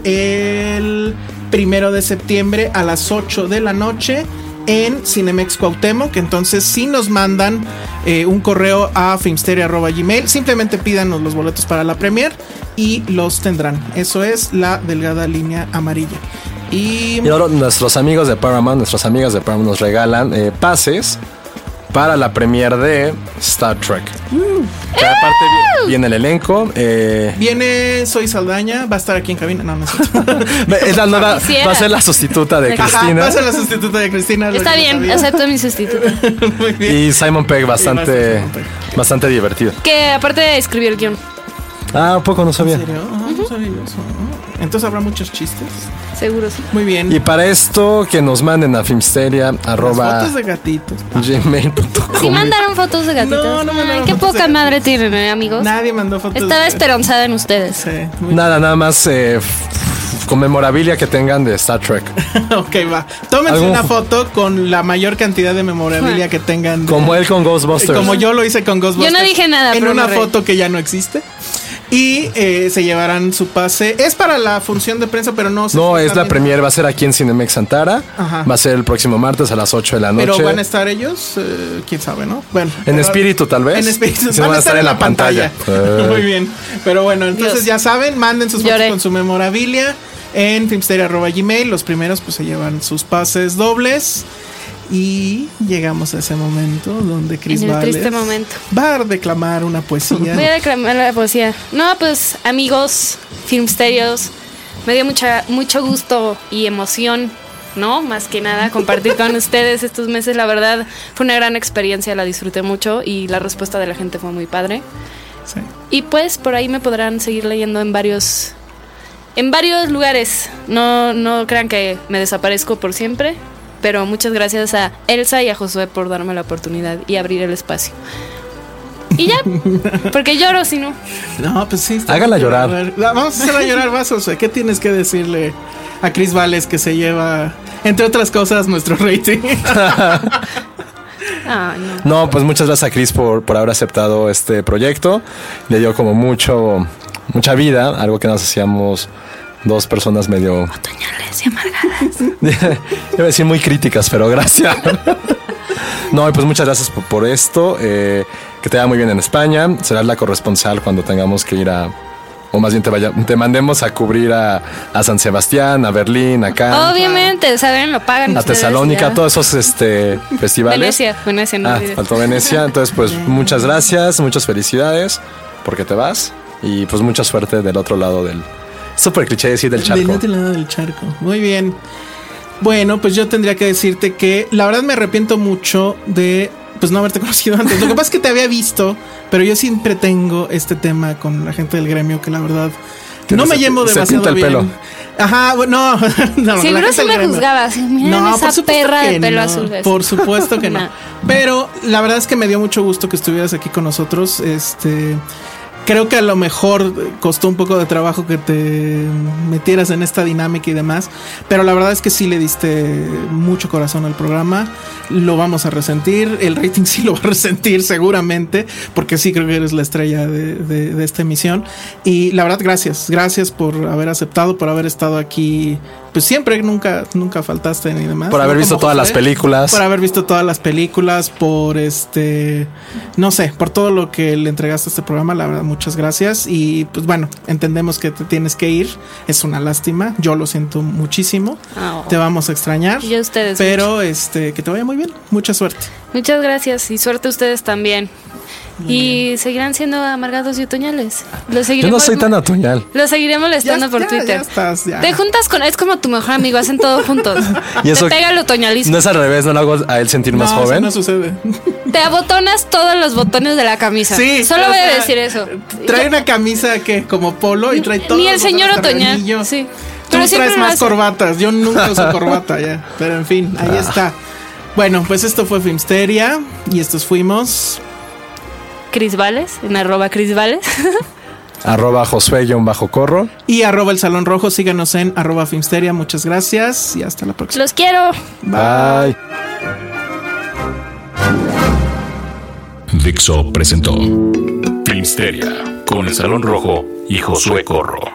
el primero de septiembre a las ocho de la noche en Cinemex Cuauhtémoc. Entonces si nos mandan eh, un correo a filmsteria arroba gmail, simplemente pídanos los boletos para la premier y los tendrán. Eso es La Delgada Línea Amarilla. Y, y ahora nuestros amigos de Paramount, nuestras amigas de Paramount nos regalan eh, pases para la premier de Star Trek. Mm. Que aparte viene el elenco. Eh, viene Zoe Saldaña, va a estar aquí en cabina. No, no sé. Es la nueva, va a ser la sustituta de Ajá, Cristina. Va a ser la sustituta de Cristina. Está bien, acepto mi sustituta. Muy bien. Y Simon Pegg, bastante, Simon Pegg. bastante divertido. Que aparte escribió el guión. Ah, un poco no sabía. ¿En serio? Ah, uh-huh. No sabía eso. Entonces habrá muchos chistes. Seguro sí. Muy bien. Y para esto que nos manden a filmsteria arroba fotos de gatitos. gmail punto com. Sí mandaron fotos de gatitos. No, no mandaron. Ay, qué poca madre tienen, ¿eh, amigos? Nadie mandó fotos. Estaba de... esperanzada en ustedes. Sí, nada, nada más eh, conmemorabilia que tengan de Star Trek. Ok, va. Tómense ¿Algún... una foto con la mayor cantidad de memorabilia que tengan. De... Como él con Ghostbusters. Como yo lo hice con Ghostbusters. Yo no dije nada. En pero una me foto que ya no existe. Y eh, se llevarán su pase. Es para la función de prensa, pero no. No, es la premier. Va a ser aquí en Cinemex Santara. Ajá. Va a ser el próximo martes a las ocho de la noche. Pero van a estar ellos, eh, quién sabe, ¿no? Bueno. En espíritu, tal vez. En espíritu. Se van, van a estar, estar en la pantalla. pantalla. Muy bien. Pero bueno, entonces Dios. ya saben, manden sus Lloré. fotos con su memorabilia en filmsteria arroba gmail. Los primeros, pues se llevan sus pases dobles. Y llegamos a ese momento donde Chris Vales triste momento. va a declamar una poesía. Voy a declamar la poesía. No, pues amigos, Filmsterios, me dio mucha, mucho gusto y emoción, ¿no? Más que nada compartir con ustedes estos meses. La verdad fue una gran experiencia, la disfruté mucho y la respuesta de la gente fue muy padre. Sí. Y pues por ahí me podrán seguir leyendo en varios, en varios lugares. No, no crean que me desaparezco por siempre. Pero muchas gracias a Elsa y a Josué por darme la oportunidad y abrir el espacio. Y ya, porque lloro si no. No, pues sí. Hágala llorar. llorar. Vamos a hacerla llorar, vas, Josué. ¿Qué tienes que decirle a Chris Vales que se lleva, entre otras cosas, nuestro rating? Ay, no. no, pues muchas gracias a Chris por, por haber aceptado este proyecto. Le dio como mucho, mucha vida, algo que nos hacíamos... Dos personas medio... otoñales y amargadas. Iba a decir muy críticas, pero gracias. No, pues muchas gracias por, por esto. Eh, que te vaya muy bien en España. Serás la corresponsal cuando tengamos que ir a... O más bien te vaya, te mandemos a cubrir a, a San Sebastián, a Berlín, a Cannes. Obviamente, saben, lo pagan. A Tesalónica, ya. Todos esos este, festivales. Venecia, Venecia, no. Ah, faltó Venecia. Entonces, pues muchas gracias, muchas felicidades porque te vas. Y pues mucha suerte del otro lado del... Súper cliché decir del charco. Del otro lado del charco. Muy bien. Bueno, pues yo tendría que decirte que la verdad me arrepiento mucho de pues no haberte conocido antes. Lo que pasa es que te había visto, pero yo siempre tengo este tema con la gente del gremio que la verdad no me llevo demasiado el bien. Pelo. Ajá, no, no. Seguro sí me juzgabas. No, esa perra de pelo no, azul. Por supuesto que no. no. Pero la verdad es que me dio mucho gusto que estuvieras aquí con nosotros. Este... Creo que a lo mejor costó un poco de trabajo que te metieras en esta dinámica y demás, pero la verdad es que sí le diste mucho corazón al programa. Lo vamos a resentir, el rating sí lo va a resentir seguramente, porque sí creo que eres la estrella de, de, de esta emisión. Y la verdad, gracias, gracias por haber aceptado, por haber estado aquí. Pues siempre, nunca, nunca faltaste ni demás. Por haber ¿no? visto todas las películas. Por haber visto todas las películas, por este, no sé, por todo lo que le entregaste a este programa, la verdad, muchas gracias. Y pues bueno, entendemos que te tienes que ir, es una lástima, yo lo siento muchísimo. Oh. Te vamos a extrañar. Y a ustedes. Pero mucho. este, que te vaya muy bien, mucha suerte. Muchas gracias y suerte a ustedes también. y seguirán siendo amargados y otoñales. Los Yo seguiremos, no soy tan otoñal. Los seguiré molestando Ya- por ya- Twitter. ya estás, ya. Te juntas con... Es como tu mejor amigo, hacen todo juntos. Y eso- Te pega el otoñalismo. No es al revés, no lo hago a él sentir más No, eso joven. no sucede. Te abotonas todos los botones de la camisa. Sí. Solo o voy a sea, decir eso. Trae Ya- una camisa que como polo y trae todo. Ni el señor otoñal. Sí. Tú Pero siempre traes lo más hace. corbatas. Yo nunca uso corbata ya. Pero en fin, ahí está. Bueno, pues esto fue Filmsteria y estos fuimos. Cris Vales, en arroba Cris Vales. Arroba Josué-Corro. Y arroba el Salón Rojo. Síganos en arroba Filmsteria. Muchas gracias y hasta la próxima. Los quiero. Bye. Dixo presentó Filmsteria con el Salón Rojo y Josué Corro.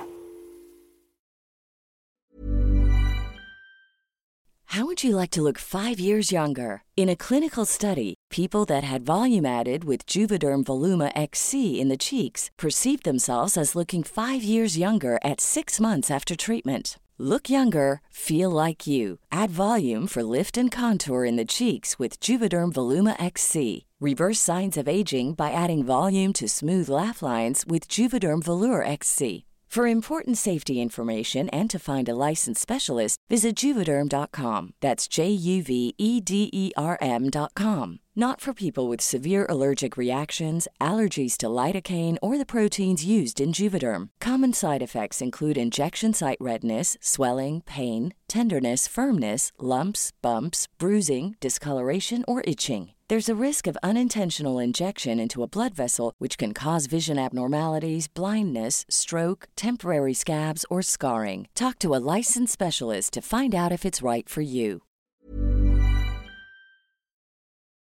How would you like to look five years younger? In a clinical study, people that had volume added with Juvederm Voluma X C in the cheeks perceived themselves as looking five years younger at six months after treatment. Look younger, feel like you. Add volume for lift and contour in the cheeks with Juvederm Voluma X C. Reverse signs of aging by adding volume to smooth laugh lines with Juvederm Volure X C. For important safety information and to find a licensed specialist, visit Juvederm dot com. That's J U V E D E R M dot com. Not for people with severe allergic reactions, allergies to lidocaine, or the proteins used in Juvederm. Common side effects include injection site redness, swelling, pain, tenderness, firmness, lumps, bumps, bruising, discoloration, or itching. There's a risk of unintentional injection into a blood vessel, which can cause vision abnormalities, blindness, stroke, temporary scabs, or scarring. Talk to a licensed specialist to find out if it's right for you.